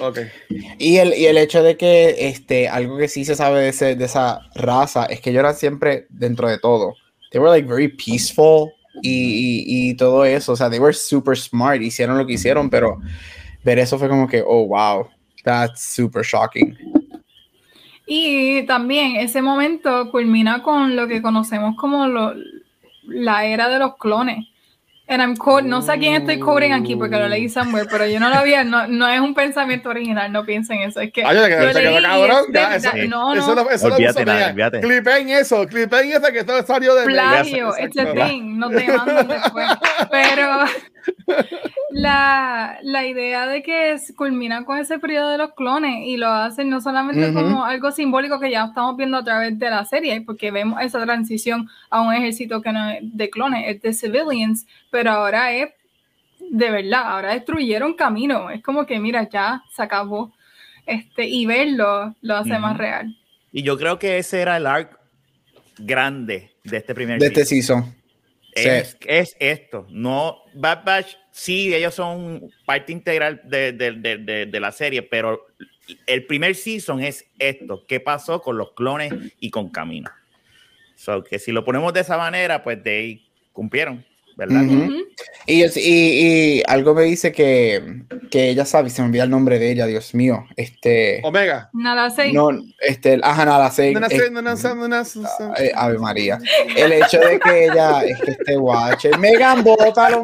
Y el hecho de que algo que sí se sabe de esa raza es que ellos eran siempre, dentro de todo, they were like very peaceful y todo eso, o sea, they were super smart, hicieron lo que hicieron, pero ver eso fue como que, oh wow, that's super shocking. Y también ese momento culmina con lo que conocemos como la era de los clones. No sé a quién estoy quoting aquí porque lo leí somewhere, pero yo no lo había, no es un pensamiento original, no piensen eso, es que eso olvídate. Clipen eso que todo salió de plagio, no te mandan después, pero la idea de que culmina con ese periodo de los clones y lo hacen no solamente como algo simbólico que ya estamos viendo a través de la serie, porque vemos esa transición a un ejército que no es de clones, es de civilians, pero ahora es de verdad, ahora destruyeron Camino, es como que mira, ya se acabó, y verlo lo hace más real. Y yo creo que ese era el arc grande de este primer season. Es esto, no Bad Batch, sí, ellos son parte integral de la serie, pero el primer season es esto, qué pasó con los clones y con Camino. So, que si lo ponemos de esa manera, pues de ahí cumplieron, ¿verdad? Y algo me dice que ella sabe, se me olvida el nombre de ella, Dios mío. Omega. Nalasei. No, Nalasei. Ave María. El hecho de que ella es que Watcher. Megan, bótalo.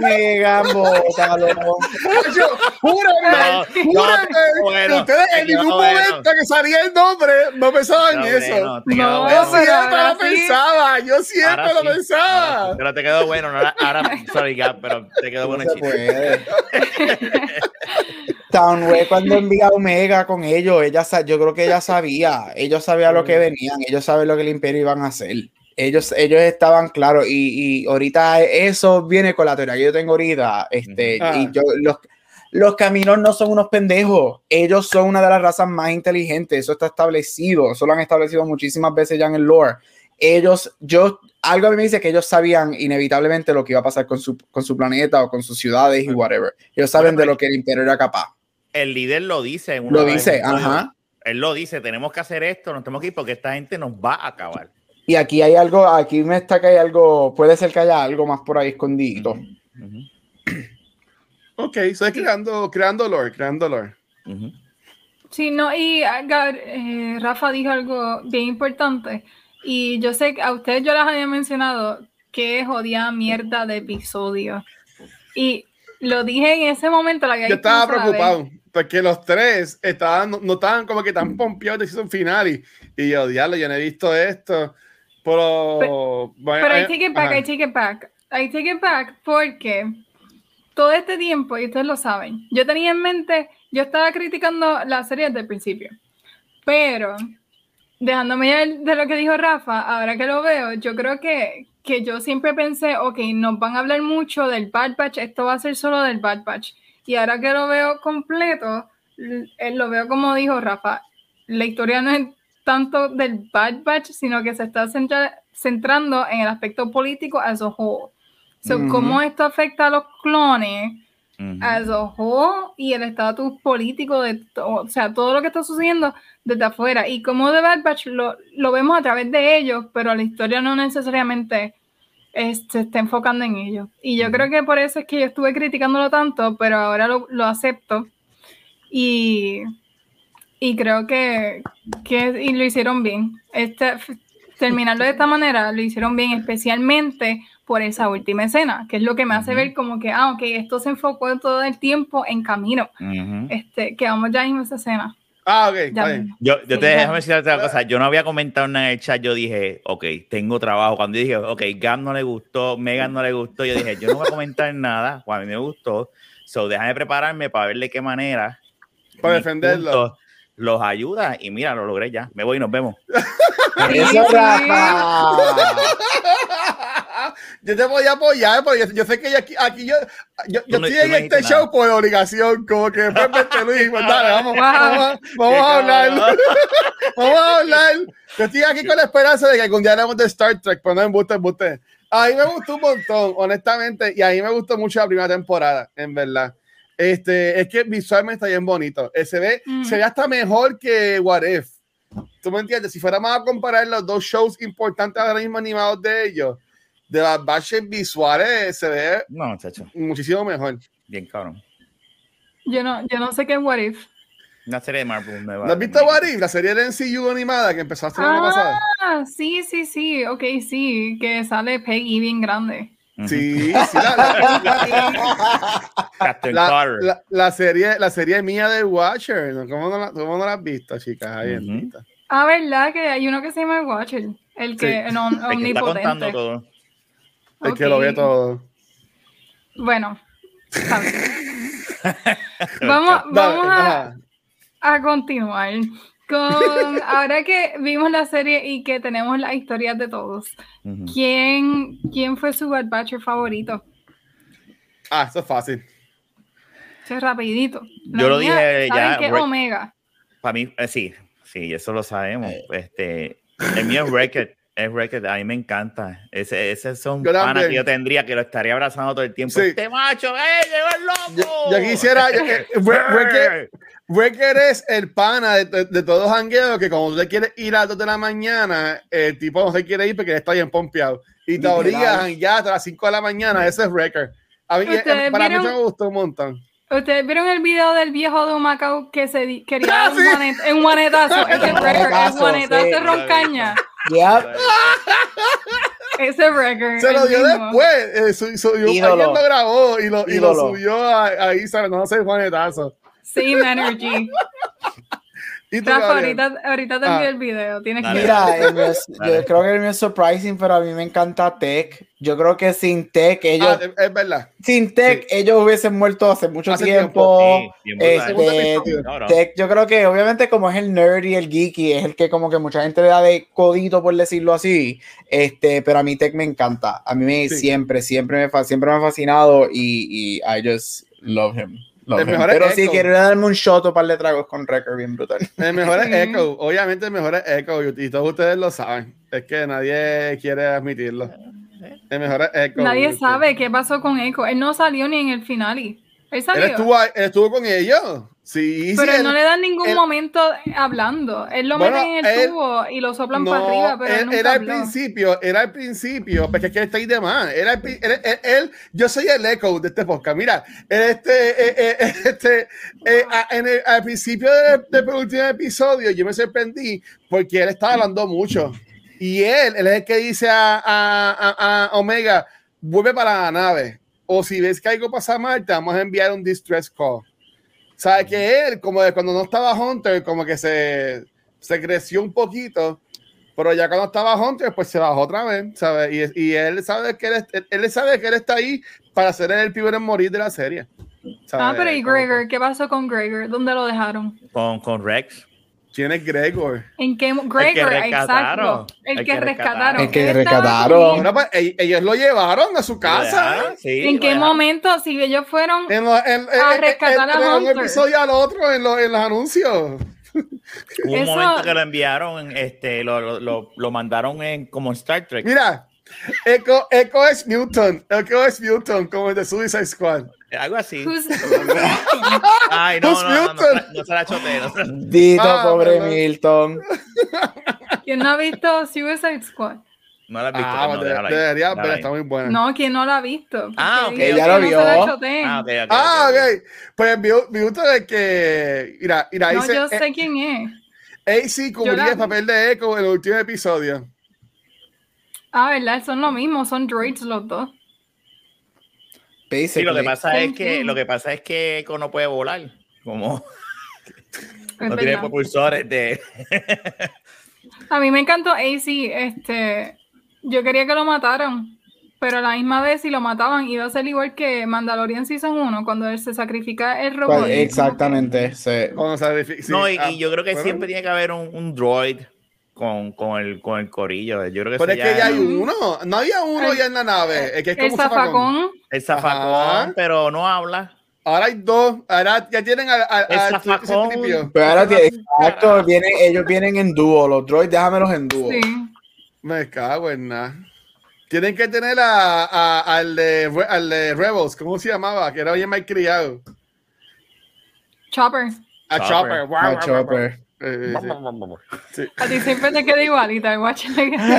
Júrame, bueno, ustedes en ningún momento que salía el nombre no pensaban en eso. Yo siempre lo pensaba. Pero te quedó bueno, no, ahora, sorry, Gab, pero te quedó bueno. No se puede. Townway cuando envía a Omega con ellos, yo creo que ellos sabían lo que venían, ellos saben lo que el Imperio iban a hacer. Ellos estaban claros y ahorita eso viene con la teoría que yo tengo ahorita. Y los caminos no son unos pendejos, ellos son una de las razas más inteligentes, eso está establecido, eso lo han establecido muchísimas veces ya en el lore. Algo a mí me dice que ellos sabían inevitablemente lo que iba a pasar con su planeta o con sus ciudades y whatever. Ellos saben de lo que el Imperio era capaz. El líder lo dice. Lo dice, ajá. Él lo dice, tenemos que hacer esto, nos tenemos que ir porque esta gente nos va a acabar. Y aquí hay algo, aquí me está que hay algo, puede ser que haya algo más por ahí escondido. Ok, estoy creando lore. Sí, no, y Rafa dijo algo bien importante. Y yo sé que a ustedes yo les había mencionado que jodida mierda de episodio. Y lo dije en ese momento. Yo estaba preocupado porque los tres no estaban como que tan pompeados de season final y yo, diablo, yo no he visto esto. Pero I take it back porque todo este tiempo, y ustedes lo saben, yo tenía en mente, yo estaba criticando la serie desde el principio, pero dejándome ya de lo que dijo Rafa, ahora que lo veo, yo creo que yo siempre pensé, ok, nos van a hablar mucho del Bad Batch, esto va a ser solo del Bad Batch, y ahora que lo veo completo, lo veo como dijo Rafa, la historia no es tanto del Bad Batch, sino que se está centrando en el aspecto político as a whole. So, cómo esto afecta a los clones as a whole y el estatus político de o sea, todo lo que está sucediendo desde afuera. Y como The Bad Batch lo vemos a través de ellos, pero la historia no necesariamente se está enfocando en ellos. Y yo creo que por eso es que yo estuve criticándolo tanto, pero ahora lo acepto. Y creo que y lo hicieron bien. Terminarlo de esta manera lo hicieron bien, especialmente por esa última escena, que es lo que me hace ver como que, ok, esto se enfocó todo el tiempo en camino. Que vamos ya en esa escena. Ok, yo te déjame decirte otra cosa. Yo no había comentado nada en el chat. Yo dije, ok, tengo trabajo. Cuando yo dije, ok, Gab no le gustó, Megan no le gustó, yo dije, yo no voy a comentar nada. A mí me gustó. So, déjame prepararme para ver de qué manera para defenderlo los ayuda. Y mira, lo logré ya. Me voy y nos vemos. ¡Eso, Rafa! Yo te voy a apoyar, porque yo sé que aquí yo estoy en este show por obligación, como que después vete Luis, pues dale, vamos a hablar. Vamos a hablar. Yo estoy aquí con la esperanza de que algún día hablamos de Star Trek, pero no me embuste. A mí me gustó un montón, honestamente, y a mí me gustó mucho la primera temporada, en verdad. Es que visualmente está bien bonito. Se ve hasta mejor que What If. ¿Tú me entiendes? Si fuéramos a comparar los dos shows importantes ahora mismo animados de ellos, de las baches visuales, se ve muchísimo mejor. Bien cabrón. Yo no sé qué es What If. Una serie de Marvel nueva. ¿No has visto What If? La serie de MCU animada que empezó la semana pasada. Sí. Ok, sí. Que sale Peggy bien grande. Sí. La serie mía de Watcher. ¿Cómo no la has visto, chicas? ¿Verdad? Que hay uno que se llama Watcher. El que el que está contando todo. El que lo ve todo. Bueno. vamos a continuar. Ahora que vimos la serie y que tenemos las historias de todos, ¿quién fue su Bad Batcher favorito? Eso es fácil. Eso es rapidito. Yo lo dije ya. ¿Qué Omega? Para mí, sí, eso lo sabemos. El mío es Wreck-It. Es Wreck-It, a mí me encanta. Ese son panas que yo tendría, que lo estaría abrazando todo el tiempo. Sí. ¡Este macho! ¡Llegó el loco! Yo quisiera... Wreck-It es el pana de todos los jangueos que cuando usted quiere ir a las 2 de la mañana, el tipo no se quiere ir porque está bien pompeado. Y te obliga a janguear hasta las 5 de la mañana. Ese es Wreck-It. A mí, para mí me gustó un montón. ¿Ustedes vieron el video del viejo de Humacao que se quería dar un guanetazo? Ese Wreck-It, el guanetazo de Roncaña. Ese Wreck-It. Se lo dio después. Alguien lo grabó y lo subió a Instagram. No sé, guanetazo. Same energy. Rafa, ahorita te envío el video. Tienes que mira, yo creo que el mío es surprising, pero a mí me encanta Tech. Yo creo que sin Tech ellos... es verdad. Sin Tech ellos hubiesen muerto hace mucho tiempo. Tech, yo creo que obviamente como es el nerd y el geeky, es el que como que mucha gente le da de codito, por decirlo así. Pero a mí Tech me encanta. A mí siempre me ha fascinado y I just love him. Pero si quiero darme un shot o par de tragos con Wreck-It bien brutal. El mejor es Echo, obviamente el mejor es Echo y todos ustedes lo saben, es que nadie quiere admitirlo. El mejor es Echo. Nadie sabe qué pasó con Echo, él no salió ni en el final. Él estuvo con ellos. Sí, pero él no le dan ningún momento hablando. Él lo mete en el tubo y lo soplan para arriba, pero él nunca era al principio, porque es que él está ahí de más. Yo soy el Echo de este podcast. Mira, al principio del penúltimo episodio yo me sorprendí porque él estaba hablando mucho. Y él es el que dice a Omega, vuelve para la nave. O si ves que algo pasa mal, te vamos a enviar un distress call. ¿Sabes? Que él, como de cuando no estaba Hunter, como que se creció un poquito, pero ya cuando estaba Hunter, pues se bajó otra vez, ¿sabes? Y él sabe que él sabe que él está ahí para ser el primero en morir de la serie. ¿Sabes? Pero ¿y Gregor? ¿Qué pasó con Gregor? ¿Dónde lo dejaron? Con Rex. ¿Quién es Gregor? ¿En qué? Gregor, exacto. El que rescataron. Bueno, pues, ellos lo llevaron a su casa. Sí, ¿en qué momento? Si ellos fueron a rescatar a Hunter. Un episodio al otro en los anuncios. Hubo un momento que lo enviaron, lo mandaron como en Star Trek. Mira, Echo es Mutant, como el de Suicide Squad. Algo así. Ay, no se la choté. Dito, pobre Milton. ¿Quién no ha visto Suicide Squad? No la has visto. Debería ver, está muy buena. No, ¿quién no la ha visto? Ok. Ella lo vio. Ok. Pues mi gusto es que... Mira, no, dice, yo sé quién es. AC cubría el papel de Echo en el último episodio. ¿Verdad? Son lo mismo, son droids los dos. Sí, lo que pasa es que Echo no puede volar, como no tiene propulsores de... A mí me encantó AC, yo quería que lo mataran, pero a la misma vez si lo mataban iba a ser igual que Mandalorian Season 1, cuando él se sacrifica el robot. Exactamente, sí. Y yo creo que siempre tiene que haber un droid con el corillo. Yo creo que pero es que ya hay uno. No había uno ya en la nave. Que es como zafacón. El zafacón, pero no habla. Ahora hay dos. Ahora ya tienen al zafacón. Pero ahora exacto, ellos vienen en dúo. Los droids, déjamelos en dúo. Sí. Me cago en nada. Tienen que tener al de Rebels. ¿Cómo se llamaba? Que era bien mal criado. Chopper. A Chopper. Chopper. Sí. A ti siempre te queda igualita el Watch. Es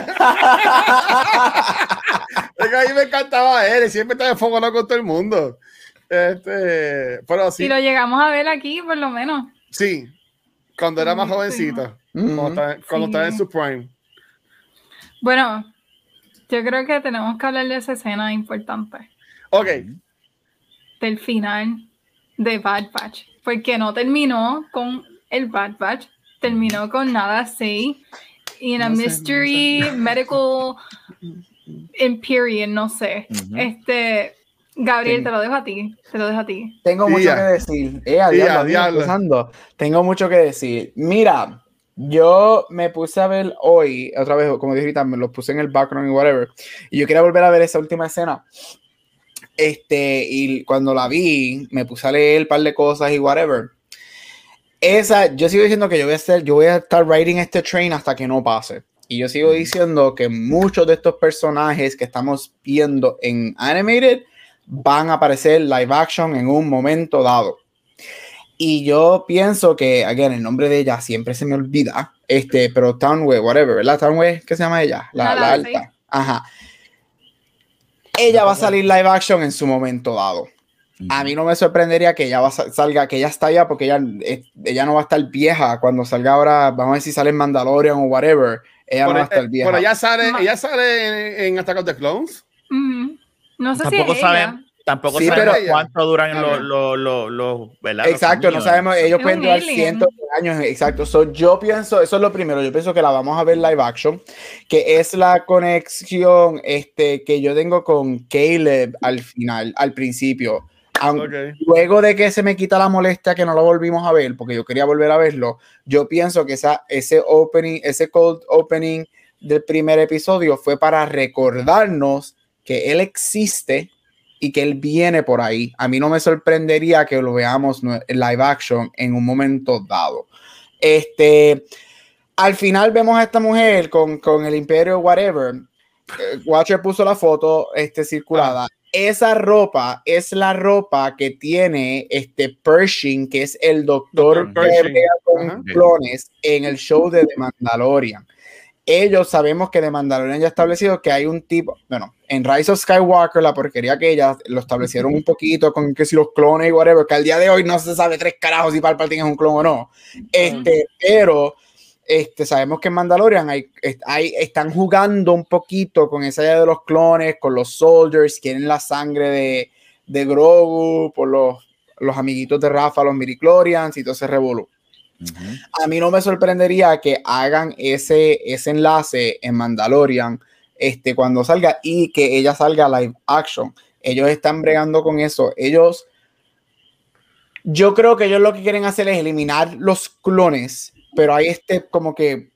que a mí me encantaba él, siempre estaba enfocado con todo el mundo. Pero sí. Y lo llegamos a ver aquí, por lo menos. Sí, cuando era más jovencito, cuando estaba en su prime. Bueno, yo creo que tenemos que hablar de esa escena importante. Ok. Del final de Bad Batch. Porque no terminó con el Bad Batch, terminó con Nada Say in a mystery medical Imperium, no sé. Gabriel, te lo dejo a ti. Tengo mucho que decir. Diablo. Tengo mucho que decir. Mira, yo me puse a ver hoy, otra vez, como dije ahorita, me lo puse en el background y whatever, y yo quería volver a ver esa última escena. Y cuando la vi, me puse a leer un par de cosas y whatever. Yo sigo diciendo que yo voy a estar riding este train hasta que no pase. Y yo sigo diciendo que muchos de estos personajes que estamos viendo en Animated van a aparecer live action en un momento dado. Y yo pienso que, again, el nombre de ella siempre se me olvida, pero Townway, whatever, ¿verdad? Townway, ¿qué se llama ella? La alta. Sí. Ajá. Ella va a salir live action en su momento dado. A mí no me sorprendería que ella salga, que ella está allá, porque ella no va a estar vieja cuando salga ahora. Vamos a ver si sale en Mandalorian o whatever. Ella no va a estar vieja. Pero ella sale en Attack of the Clones. No sé si es ella. Tampoco sabemos cuánto duran los ¿verdad? Exacto, no sabemos. Ellos pueden durar cientos de años. Exacto. Yo pienso, eso es lo primero. Yo pienso que la vamos a ver live action, que es la conexión que yo tengo con Caleb al principio. Luego de que se me quita la molestia que no lo volvimos a ver, porque yo quería volver a verlo, yo pienso que ese cold opening del primer episodio fue para recordarnos que él existe y que él viene por ahí. A mí no me sorprendería que lo veamos en live action en un momento dado. Al final vemos a esta mujer con el imperio whatever. Watcher puso la foto circulada. Esa ropa es la ropa que tiene Pershing, que es el doctor que brega con clones en el show de The Mandalorian. Ellos sabemos que de Mandalorian ya establecido que hay un tipo, bueno, en Rise of Skywalker la porquería que ellas lo establecieron un poquito con que si los clones y whatever, que al día de hoy no se sabe tres carajos si Palpatine es un clon o no. Pero sabemos que en Mandalorian están jugando un poquito con esa idea de los clones, con los soldiers, quieren la sangre de Grogu, por los amiguitos de Rafa, los midichlorians y todo ese revolú. A mí no me sorprendería que hagan ese enlace en Mandalorian cuando salga y que ella salga live action. Ellos están bregando con eso. Yo creo que ellos lo que quieren hacer es eliminar los clones, pero hay como que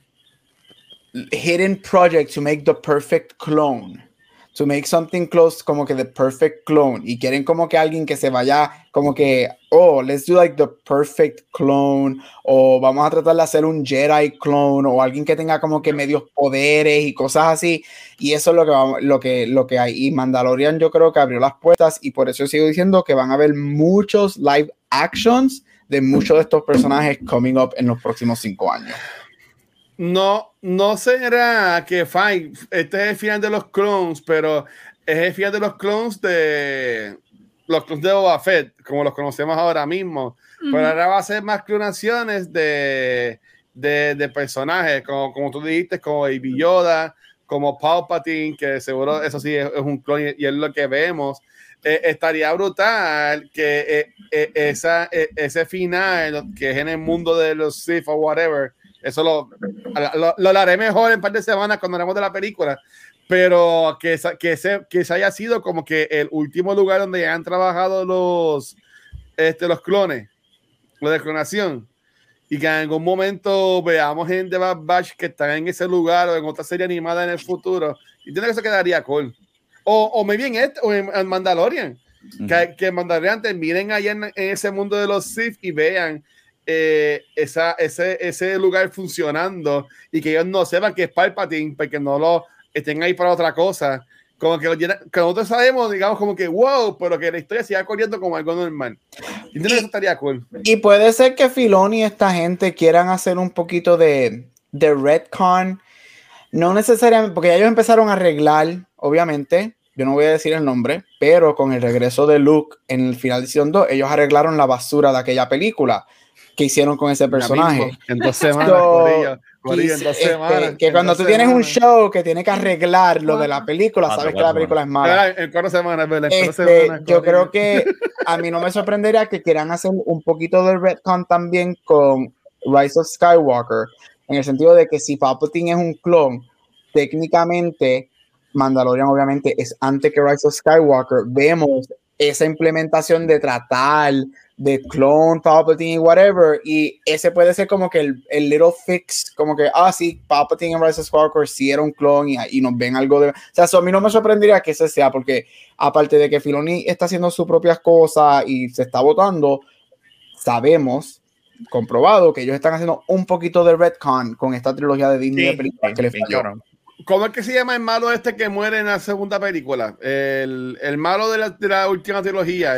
hidden project to make the perfect clone. To make something close, como que the perfect clone. Y quieren como que alguien que se vaya, como que, let's do like the perfect clone. O vamos a tratar de hacer un Jedi clone. O alguien que tenga como que medios poderes y cosas así. Y eso es lo que hay. Y Mandalorian yo creo que abrió las puertas. Y por eso sigo diciendo que van a haber muchos live actions de muchos de estos personajes coming up en los próximos 5 años. No será que fine, este es el final de los clones, pero es el final de los clones de Boba Fett, como los conocemos ahora mismo. Pero ahora va a ser más clonaciones de personajes, como tú dijiste, como Baby Yoda, como Palpatine, que seguro eso sí es un clon y es lo que vemos. Estaría brutal que ese final, que es en el mundo de los Sith o whatever, eso lo haré mejor en un par de semanas cuando hablemos de la película, pero que se haya sido como que el último lugar donde han trabajado los clones, la de clonación, y que en algún momento veamos gente de Bad Batch que están en ese lugar o en otra serie animada en el futuro, y tiene que eso quedaría cool. O me bien o en Mandalorian, que en Mandalorian miren allá en ese mundo de los Sith y vean ese lugar funcionando y que ellos no sepan que es Palpatine porque no lo estén ahí para otra cosa, como que nosotros sabemos, digamos, como que wow, pero que la historia siga corriendo como algo normal. Y eso estaría cool. Y puede ser que Filoni y esta gente quieran hacer un poquito de retcon, no necesariamente, porque ellos empezaron a arreglar, obviamente, yo no voy a decir el nombre, pero con el regreso de Luke en el final de Season 2, ellos arreglaron la basura de aquella película que hicieron con ese personaje. En 2 semanas, en 2 semanas. Que cuando tú tienes un show que tiene que arreglar lo de la película, sabes que la película es mala. En 4 semanas, yo creo que a mí no me sorprendería que quieran hacer un poquito de retcon también con Rise of Skywalker, en el sentido de que si Palpatine es un clon, técnicamente Mandalorian obviamente es antes que Rise of Skywalker. Vemos esa implementación de tratar de clone Palpatine y whatever, y ese puede ser como que el little fix, como que sí, Palpatine en Rise of Skywalker sí era un clon y nos ven algo de, o sea, eso a mí no me sorprendería que ese sea, porque aparte de que Filoni está haciendo sus propias cosas y se está votando, sabemos comprobado que ellos están haciendo un poquito de retcon con esta trilogía de Disney de películas que les falló. ¿Cómo es que se llama el malo que muere en la segunda película? El malo de la última trilogía.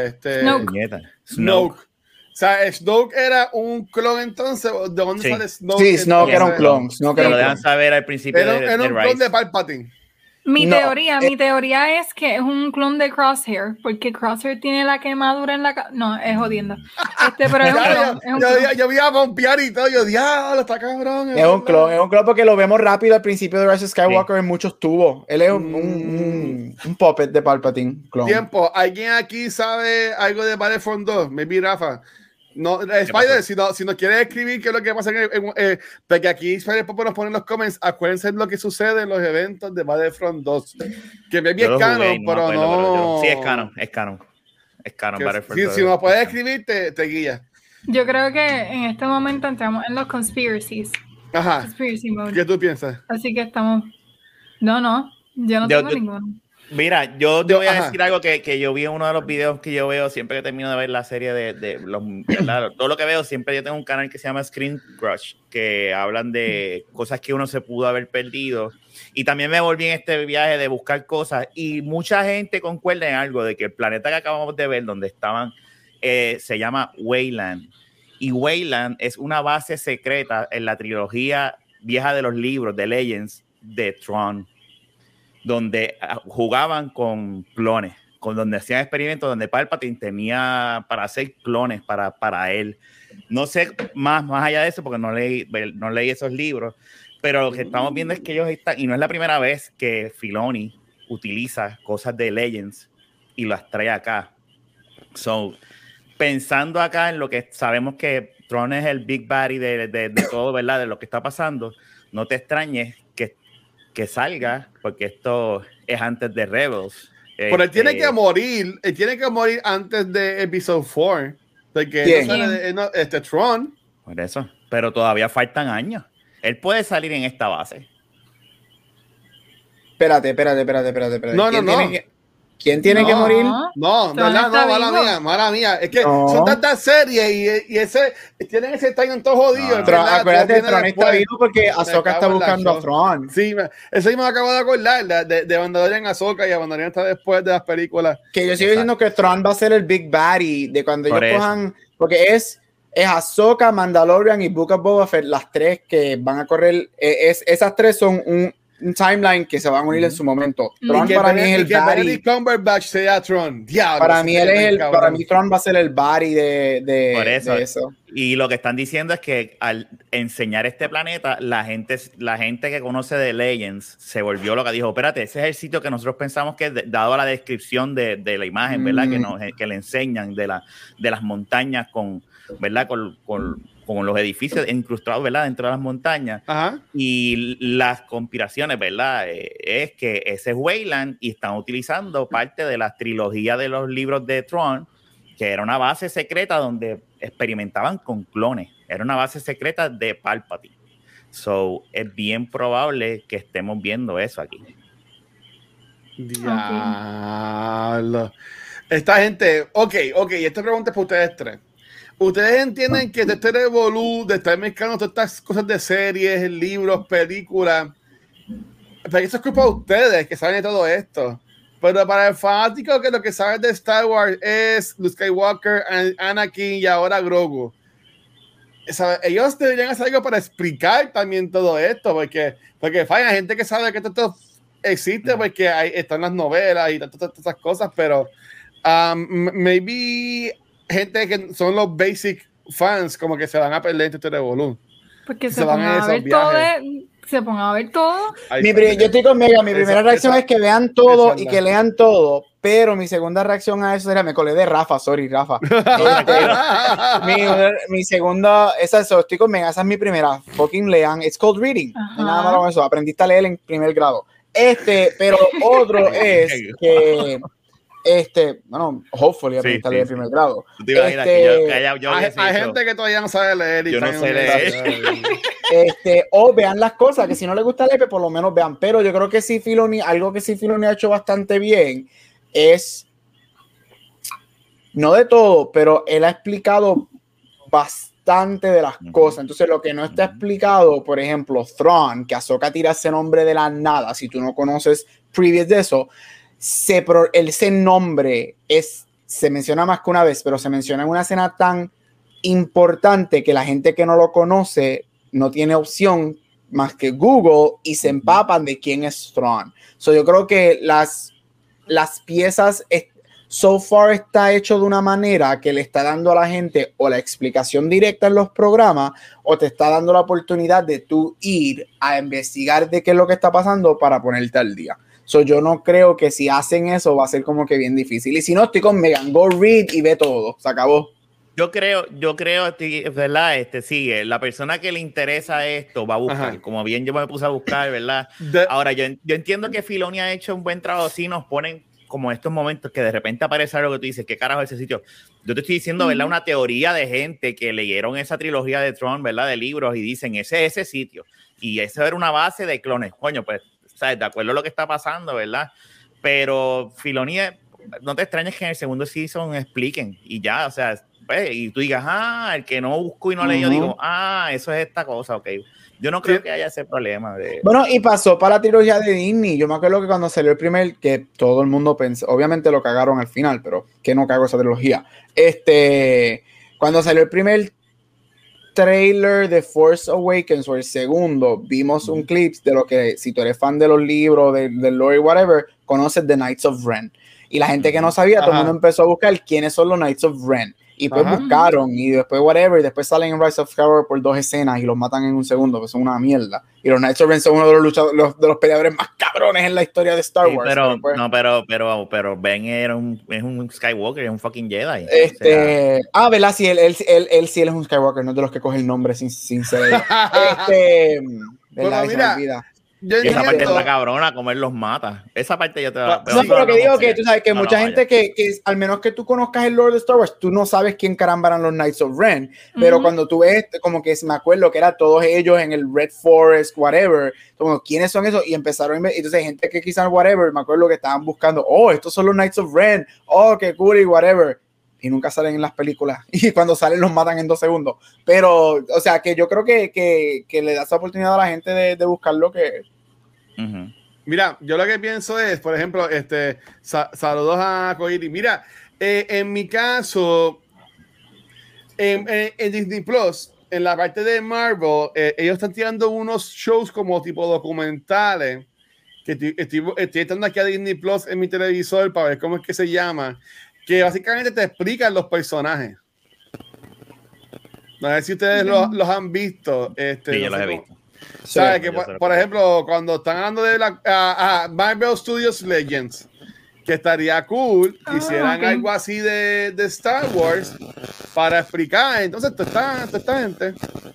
Snoke. O sea, Snoke era un clon entonces. ¿De dónde sale Snoke? Sí, Snoke era un clon. Lo dejan saber al principio. Era un clon de Palpatine. Mi teoría es que es un clon de Crosshair, porque Crosshair tiene la quemadura en la no, es jodiendo. Pero es un clon. Yo vi a pompear y todo, yo diablo, está cabrón. Es un clon porque lo vemos rápido al principio de Rise of Skywalker en muchos tubos. Él es un puppet de Palpatine, clon. Tiempo, ¿alguien aquí sabe algo de Battlefront 2? Maybe Rafa. No, Spider, si nos quieres escribir qué es lo que pasa porque aquí Spider Pop nos pone en los comments, acuérdense de lo que sucede en los eventos de Battlefront 2, que maybe es canon, pero no. Sí, es canon Battlefront. Si nos puedes escribir, te guía. Yo creo que en este momento entramos en los conspiracies. Ajá. Conspiracy mode. ¿Qué tú piensas? Así que estamos. No, yo no tengo ninguno. Mira, yo te voy a decir algo que yo vi en uno de los videos que yo veo siempre que termino de ver la serie de los, todo lo que veo, siempre yo tengo un canal que se llama Screen Crush, que hablan de cosas que uno se pudo haber perdido. Y también me volví en este viaje de buscar cosas y mucha gente concuerda en algo de que el planeta que acabamos de ver, donde estaban, se llama Wayland. Y Wayland es una base secreta en la trilogía vieja de los libros de Legends de Tron, donde jugaban con clones, donde hacían experimentos, donde Palpatine tenía para hacer clones para él. No sé más allá de eso, porque no leí esos libros, pero lo que estamos viendo es que ellos están, y no es la primera vez que Filoni utiliza cosas de Legends y las trae acá. So, pensando acá en lo que sabemos que Tron es el Big Baddy de todo, ¿verdad? De lo que está pasando, no te extrañes que salga, porque esto es antes de Rebels. Pero él tiene que morir antes de Episode 4, porque no sale Tron. Por eso, pero todavía faltan años. Él puede salir en esta base. Espérate. No. ¿Quién tiene que morir? No, mala mía. Es que son tantas series y tienen ese timing todo jodido. Acuérdate, Tron está vivo porque Ahsoka está buscando a Tron. Sí, eso mismo me acabo de acordar, de Mandalorian a Ahsoka, y Mandalorian está después de las películas. Que yo sigo diciendo que Tron va a ser el Big Baddy de cuando ellos cojan, porque es Ahsoka, Mandalorian y Book of Boba Fett, las tres que van a correr, esas tres son un timeline que se van a unir en su momento. Tron para mí es el Barry. Cumberbatch sea Tron. Para mí Tron va a ser el Barry de eso. Y lo que están diciendo es que al enseñar este planeta, la gente que conoce de Legends se volvió loca. Dijo, espérate, ese es el sitio que nosotros pensamos que es, dado a la descripción de la imagen, ¿verdad? Que le enseñan de las montañas ¿verdad? Con los edificios incrustados, ¿verdad? Dentro de las montañas. Ajá. Y las conspiraciones, ¿verdad? Es que ese es Wayland y están utilizando parte de la trilogía de los libros de Tron, que era una base secreta donde experimentaban con clones. Era una base secreta de Palpatine. So, es bien probable que estemos viendo eso aquí. Diablo. Esta gente... Ok, esta pregunta es para ustedes tres. ¿Ustedes entienden que de este revolú, de estar mezclando todas estas cosas de series, libros, películas, pero eso es culpa de ustedes que saben de todo esto? Pero para el fanático que lo que sabe de Star Wars es Luke Skywalker, Anakin y ahora Grogu, ellos deberían hacer algo para explicar también todo esto, porque hay gente que sabe que esto existe porque están las novelas y todas esas cosas, pero maybe gente que son los basic fans como que se van a perder este revolú. Porque se pongan a ver todo. Se pongan a ver todo. Yo estoy con Mega. Mi primera reacción es que vean todo y que lean todo. Pero mi segunda reacción a eso era, me colé de Rafa, sorry, Rafa. Mi segunda, estoy con Mega, esa es mi primera. Fucking lean. It's called reading. No nada malo con eso. Aprendiste a leer en primer grado. Pero otro es que. Bueno, hopefully aprendiste a leer en primer grado. Hay gente que todavía no sabe leer. Yo no sé leer. O vean las cosas, que si no les gusta leer, por lo menos vean. Pero yo creo que sí, Filoni ha hecho bastante bien no de todo, pero él ha explicado bastante importante de las cosas. Entonces, lo que no está explicado, por ejemplo, Thrawn, que Ahsoka tira ese nombre de la nada, si tú no conoces previous de eso, ese nombre se menciona más que una vez, pero se menciona en una escena tan importante que la gente que no lo conoce no tiene opción más que Google y se empapan de quién es Thrawn. So, yo creo que las piezas so far está hecho de una manera que le está dando a la gente o la explicación directa en los programas o te está dando la oportunidad de tú ir a investigar de qué es lo que está pasando para ponerte al día. So, yo no creo que si hacen eso va a ser como que bien difícil. Y si no, estoy con Megan, go read y ve todo. Se acabó. Yo creo, ¿verdad? Sí, la persona que le interesa esto va a buscar. Ajá. Como bien yo me puse a buscar, ¿verdad? Ahora, yo entiendo que Filoni ha hecho un buen trabajo. Sí, nos ponen como estos momentos que de repente aparece algo que tú dices, ¿qué carajo es ese sitio? Yo te estoy diciendo, ¿verdad? Una teoría de gente que leyeron esa trilogía de Tron, ¿verdad? De libros y dicen, ese es ese sitio. Y esa era una base de clones. Coño, pues, ¿sabes? De acuerdo a lo que está pasando, ¿verdad? Pero Filoni, no te extrañes que en el segundo season expliquen y ya, o sea, pues, y tú digas, el que no busco y no leyó, digo, eso es esta cosa, ok. Yo no creo que haya ese problema. Bueno, y pasó para la trilogía de Disney. Yo me acuerdo que cuando salió el primer, que todo el mundo pensó, obviamente lo cagaron al final, pero que no cagó esa trilogía. Cuando salió el primer trailer de Force Awakens o el segundo, vimos un clip de lo que, si tú eres fan de los libros, del lore, whatever, conoces The Knights of Ren. Y la gente que no sabía, todo el mundo empezó a buscar quiénes son los Knights of Ren. Y pues buscaron, y después whatever, y después salen en Rise of Skywalker por 2 escenas y los matan en un segundo, que son una mierda. Y los Knights of Ren son uno de los luchadores, de los peleadores más cabrones en la historia de Star Wars. Pero Ben es un Skywalker, es un fucking Jedi. ¿Verdad? Sí, él sí es un Skywalker, no es de los que coge el nombre sin ser él. Bueno, mira, y esa parte está cabrona, comer los mata. Esa parte yo te la... No, pero que digo que tú sabes que mucha gente que al menos que tú conozcas el lore de Star Wars, tú no sabes quién caramba eran los Knights of Ren. Pero cuando tú ves, como que me acuerdo que eran todos ellos en el Red Forest, whatever, como, ¿quiénes son esos? Y empezaron a ver, entonces gente que quizás whatever, me acuerdo que estaban buscando, estos son los Knights of Ren, qué cool y whatever. Y nunca salen en las películas. Y cuando salen los matan en 2 segundos. Pero, o sea, que yo creo que le das la oportunidad a la gente de buscar lo que... Mira, yo lo que pienso es, por ejemplo, saludos a Coiri. Mira, en mi caso, en Disney Plus, en la parte de Marvel, ellos están tirando unos shows como tipo documentales, que estoy entrando aquí a Disney Plus en mi televisor para ver cómo es que se llama, que básicamente te explican los personajes. No sé si ustedes los han visto. Sí, yo los he visto. ¿Sabes? Que por ejemplo, cuando están hablando de Marvel Studios Legends, que estaría cool que hicieran algo así de Star Wars para explicar. Entonces, toda esta gente.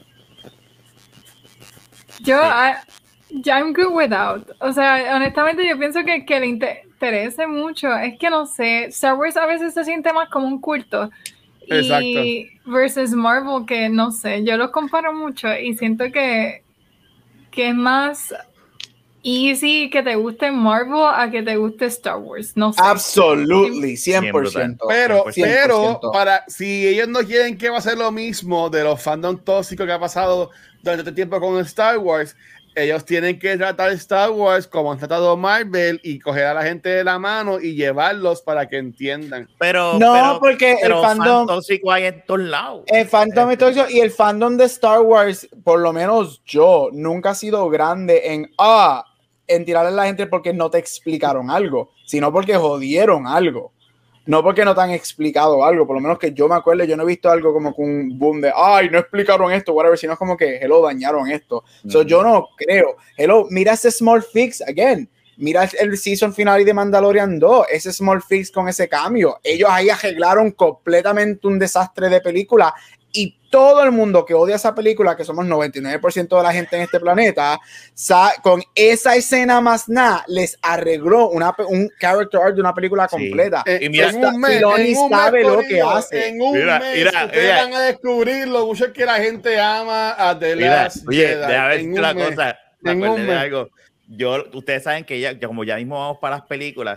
I'm good without. O sea, honestamente, yo pienso que le interese mucho. Es que no sé, Star Wars a veces se siente más como un culto. Y versus Marvel, que no sé, yo los comparo mucho y siento que es más easy que te guste Marvel a que te guste Star Wars. No sé. Absolutely, 100%. Pero si ellos no quieren que va a ser lo mismo de los fandom tóxicos que ha pasado durante este tiempo con Star Wars, ellos tienen que tratar Star Wars como han tratado Marvel y coger a la gente de la mano y llevarlos para que entiendan. Porque el fandom tóxico hay en todos lados. El fandom es tóxico y el fandom de Star Wars, por lo menos yo, nunca ha sido grande en tirarle a la gente porque no te explicaron algo, sino porque jodieron algo. No porque no te han explicado algo, por lo menos que yo me acuerdo, yo no he visto algo como con un boom de, no explicaron esto, whatever, sino es como que, dañaron esto. So, yo no creo, mira ese small fix, again, mira el season final de Mandalorian 2, ese small fix con ese cambio. Ellos ahí arreglaron completamente un desastre de película y todo el mundo que odia esa película, que somos 99% de la gente en este planeta, con esa escena más nada, les arregló un character art de una película completa. Y mira, Filoni sabe lo que hace. En un mes ustedes van a descubrir lo mucho que la gente ama a The Last Jedi. Oye, déjame decirte una cosa, me acordé de algo. Ustedes saben que como ya mismo vamos para las películas,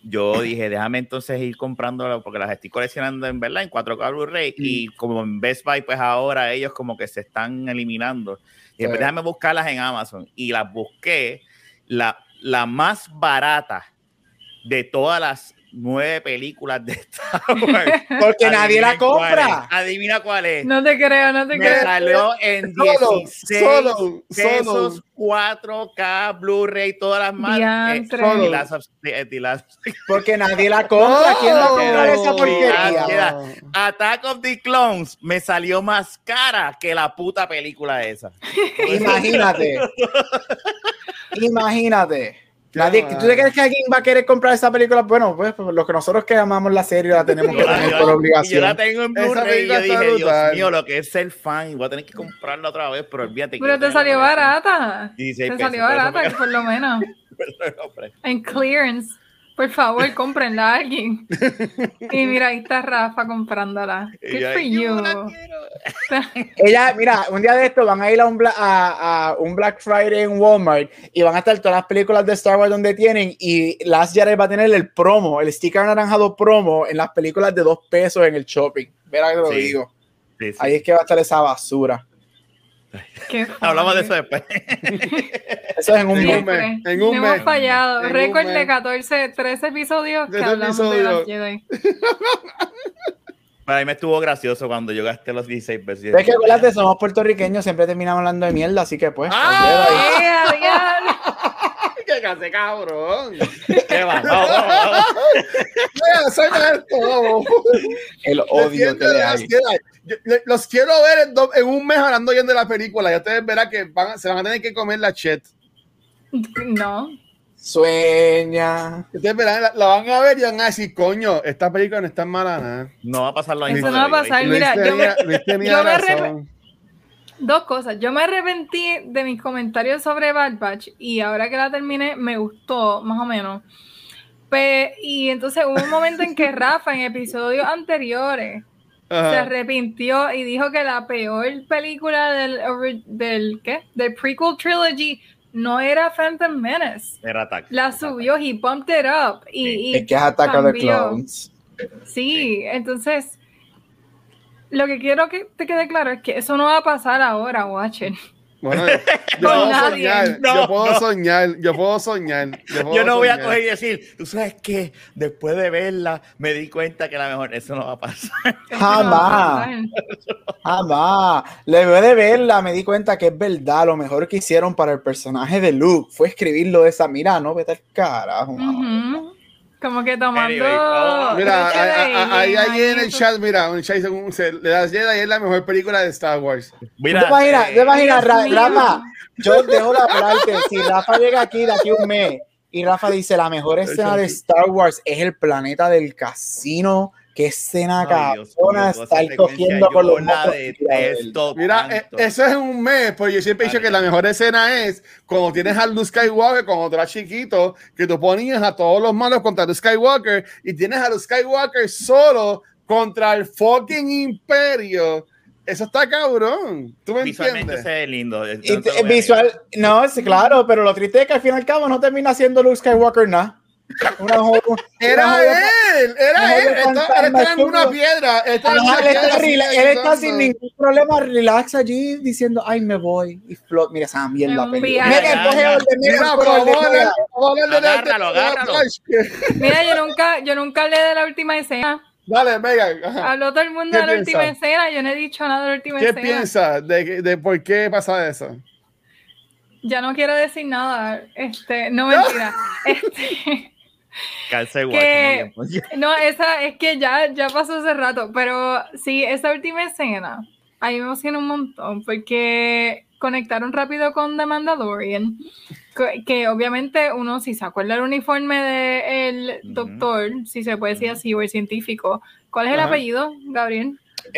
yo dije, déjame entonces ir comprando, porque las estoy coleccionando en verdad en 4K Blu-ray, y como en Best Buy, pues ahora ellos como que se están eliminando. Y después déjame buscarlas en Amazon. Y las busqué, la más barata de todas las 9 películas de Star Wars. Porque nadie la compra. Adivina cuál es. No te creo, no te creo. Me salió en 16 pesos, 4K, Blu-ray, todas las más. Porque nadie la compra. ¿Quién va a comprar esa porquería? Attack of the Clones me salió más cara que la puta película esa. Imagínate. Imagínate. Nadie, ¿tú te crees que alguien va a querer comprar esa película? Bueno, pues lo que nosotros que amamos la serie la tenemos que tener por obligación. Yo la tengo en Blu-ray y yo dije, Dios mío, lo que es ser fan, voy a tener que comprarla otra vez, pero olvídate. Pero te salió barata. Te salió barata, por lo menos. En clearance. Por favor, cómprenla a alguien. Y mira, ahí está Rafa comprándola. Good for you. Ella, mira, un día de esto van a ir a un Black Friday en Walmart y van a estar todas las películas de Star Wars donde tienen, y Last Jedi va a tener el promo, el sticker anaranjado promo en las películas de $2 en el shopping. Verá que te lo digo. Sí. Ahí es que va a estar esa basura. Hablamos de eso después. Eso es en un mes. En un mes. Hemos fallado. Récord de 13 episodios que hablamos de las Jedi. Para mí me estuvo gracioso cuando yo gasté los 16 pesos. Es que acuérdate, somos puertorriqueños, siempre terminamos hablando de mierda, así que pues. ¡Qué casi, cabrón! ¿Qué va? El odio que le hay. Los quiero ver en un mes hablando bien de la película. Y ustedes verán que se van a tener que comer la chet. No. Sueña. Ustedes verán, la van a ver y van a decir, coño, esta película no es tan mala nada. No va a pasar lo mismo. Eso no va a pasar. Mira, dos cosas. Yo me arrepentí de mis comentarios sobre Bad Batch y ahora que la terminé me gustó, más o menos. Y entonces hubo un momento en que Rafa en episodios anteriores se arrepintió y dijo que la peor película del prequel trilogy no era Phantom Menace. Era Attack. La subió, he bumped it up. Y es que es Attack of the Clones. Sí, entonces lo que quiero que te quede claro es que eso no va a pasar ahora, Watcher. Bueno, yo puedo soñar. Yo no voy a coger y decir, tú sabes que después de verla me di cuenta que la mejor, eso no va a pasar. Jamás. Luego de verla me di cuenta que es verdad, lo mejor que hicieron para el personaje de Luke fue escribirlo de esa, mira, no, vete al carajo. Como que tomando. Mira, ahí en el chat, mira, un chat le das Jedi es la mejor película de Star Wars. Mira, ¿te imaginas, Rafa? Yo dejo la parte. Si Rafa llega aquí de aquí un mes y Rafa dice la mejor escena de Star Wars es el planeta del casino. Qué escena cabrona estar cogiendo con los mocos. Mira, eso es un mes, porque yo siempre he dicho que la mejor escena es cuando tienes a Luke Skywalker, cuando tú eras chiquito, que tú ponías a todos los malos contra Luke Skywalker y tienes a Luke Skywalker solo contra el fucking Imperio. Eso está cabrón. ¿Tú me entiendes? Se ve lindo. Visual, no, es claro, pero lo triste es que al fin y al cabo no termina siendo Luke Skywalker nada. Era él. Está en una piedra. Él está sin ningún problema, relax allí diciendo, ay, me voy. Y flot, mira esa mierda. Agárralo. Mira, yo nunca hablé de la última escena. Dale, venga. Habló todo el mundo de la última escena. Yo no he dicho nada de la última escena. ¿Qué piensas de por qué pasa eso? Ya no quiero decir nada. No, mentira. No, esa es que ya pasó hace rato, pero sí, esa última escena a mí me emociona un montón porque conectaron rápido con The Mandalorian, que obviamente uno si se acuerda el uniforme del doctor, si se puede decir así, o el científico. ¿Cuál es el apellido, Gabriel?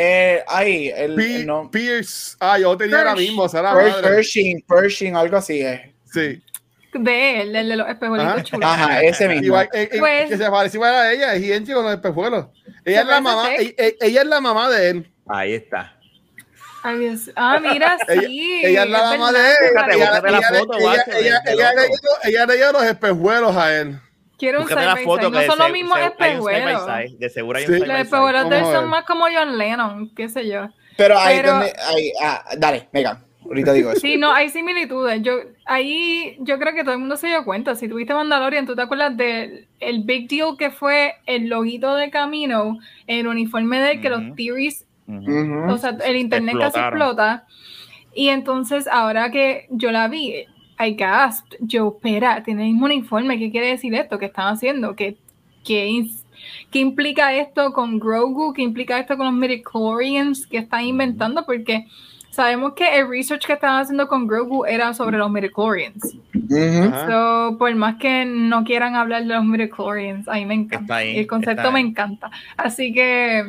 Pierce. Yo tenía ahora mismo, Pershing, algo así es. Sí. De él, el de los espejuelitos chulos. Ajá, ese mismo. Igual, que se parecía a ella, es idéntico con los espejuelos. Ella es la mamá de él. Ahí está. Ay, Dios. Mira, sí. Ella es la mamá de él. Ella le dio los espejuelos a él. Quiero un side by side. No son los mismos espejuelos. De seguro hay un side by side. Los espejuelos de él son más como John Lennon, qué sé yo. Pero ahí donde... dale, Megan. Ahorita digo eso. Sí, no, hay similitudes. Yo creo que todo el mundo se dio cuenta. Si tuviste Mandalorian, ¿tú te acuerdas del big deal que fue el loguito de Camino, el uniforme de que los theories, o sea, el internet casi explota? Y entonces, ahora que yo la vi, I gasped. Yo, espera, tiene el mismo uniforme. ¿Qué quiere decir esto? ¿Qué están haciendo? ¿Qué implica esto con Grogu? ¿Qué implica esto con los midichlorians que están inventando? Porque sabemos que el research que estaban haciendo con Grogu era sobre los midichlorians. So, por más que no quieran hablar de los midichlorians, a mí me encanta. El concepto me encanta. Así que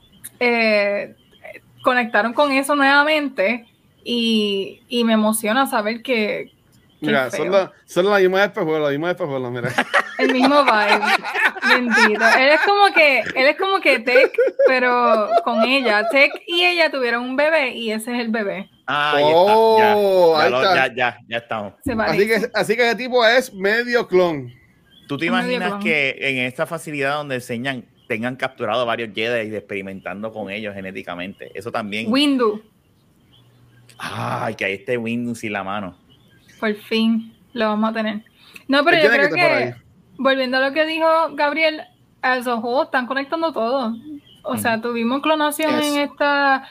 conectaron con eso nuevamente y me emociona saber que mira, son la misma espejuelos, mira. El mismo vibe. Bendito. Él es como que Tech, pero con ella. Tech y ella tuvieron un bebé y ese es el bebé. Ahí está. Ya estamos. Así que ese tipo es medio clon. ¿Tú te imaginas que en esta facilidad donde enseñan tengan capturado varios Jedi y experimentando con ellos genéticamente? Eso también. Windu. Ay, que ahí esté Windu sin la mano. Por fin lo vamos a tener. No, pero yo creo que volviendo a lo que dijo Gabriel, a esos juegos están conectando todo. O sea, tuvimos clonación en esta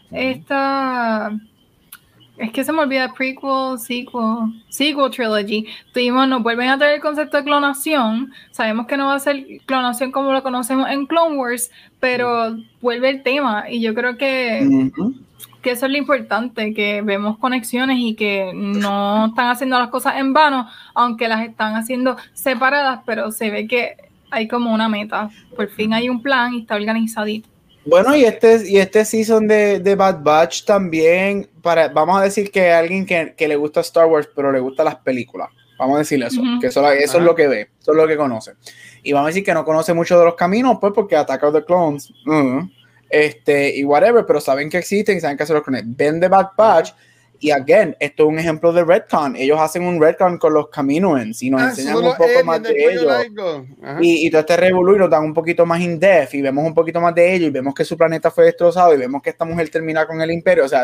es que se me olvida prequel, sequel trilogy. Nos vuelven a traer el concepto de clonación. Sabemos que no va a ser clonación como lo conocemos en Clone Wars, pero vuelve el tema y yo creo que eso es lo importante, que vemos conexiones y que no están haciendo las cosas en vano, aunque las están haciendo separadas, pero se ve que hay como una meta. Por fin hay un plan y está organizadito. Bueno, y este season de Bad Batch también, vamos a decir que alguien que le gusta Star Wars, pero le gustan las películas. Vamos a decirle eso, que eso es lo que ve, eso es lo que conoce. Y vamos a decir que no conoce mucho de los caminos, pues porque Attack of the Clones, y whatever, pero saben que existen y saben que hacerlo con él. Ven de Bad Batch, y again, esto es un ejemplo de retcon. Ellos hacen un retcon con los Kaminoans y nos enseñan un poco más de ellos. Y todo este revolú y nos dan un poquito más in-depth y vemos un poquito más de ellos y vemos que su planeta fue destrozado y vemos que esta mujer termina con el imperio. O sea,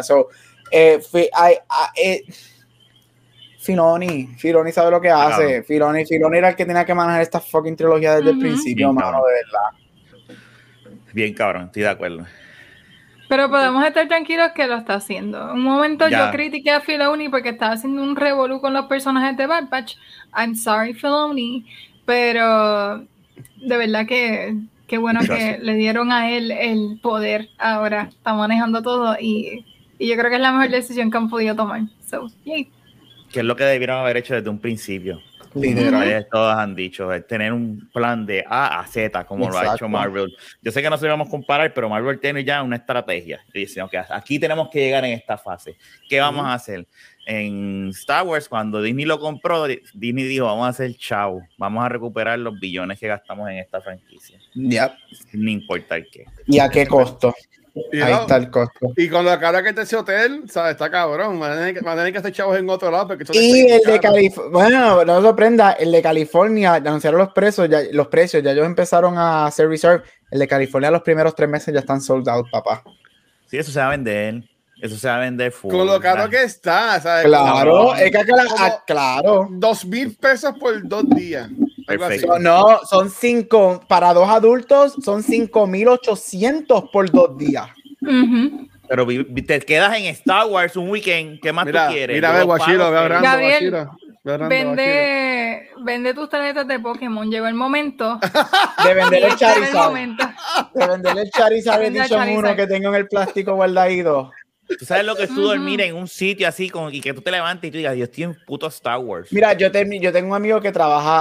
Filoni sabe lo que hace. Filoni era el que tenía que manejar esta fucking trilogía desde el principio, mano, de verdad. Bien cabrón, estoy de acuerdo. Pero podemos estar tranquilos que lo está haciendo. Un momento yo critiqué a Filoni porque estaba haciendo un revolú con los personajes de Bad Batch. I'm sorry, Filoni. Pero de verdad que bueno que le dieron a él el poder. Ahora está manejando todo y yo creo que es la mejor decisión que han podido tomar. So, yay. Que es lo que debieron haber hecho desde un principio. Todos han dicho, es tener un plan de A a Z, como lo ha hecho Marvel. Yo sé que no se vamos a comparar, pero Marvel tiene ya una estrategia. Y dice, okay, aquí tenemos que llegar en esta fase. ¿Qué vamos a hacer? En Star Wars, cuando Disney lo compró, Disney dijo, vamos a hacer chau, vamos a recuperar los billones que gastamos en esta franquicia. No importa el qué. ¿Y a qué costo? Ahí está el costo. Y con la cara que te ese hotel, ¿sabes? Está cabrón. Van a tener que hacer chavos en otro lado. Y el de California, bueno, no se sorprenda, el de California, anunciaron los precios, ya ellos empezaron a hacer reserve. El de California los primeros 3 meses ya están sold out, papá. Sí, eso se va a vender. Eso se va a vender full. Con lo caro que está, ¿sabes? Claro, es que claro. $2,000 por 2 días. Perfecto. No, son 5 para 2 adultos, son 5,800 por 2 días. Pero te quedas en Star Wars un weekend. ¿Qué más tú quieres? Mira, Guachiro, Gabriel, vende tus tarjetas de Pokémon. Llegó el momento de vender el Charizard. De vender el Charizard Edition 1 que tengo en el plástico guardadito. Tú sabes lo que es tú dormir en un sitio así y que tú te levantes y tú digas, Dios, estoy en puto Star Wars. Mira, yo tengo un amigo que trabaja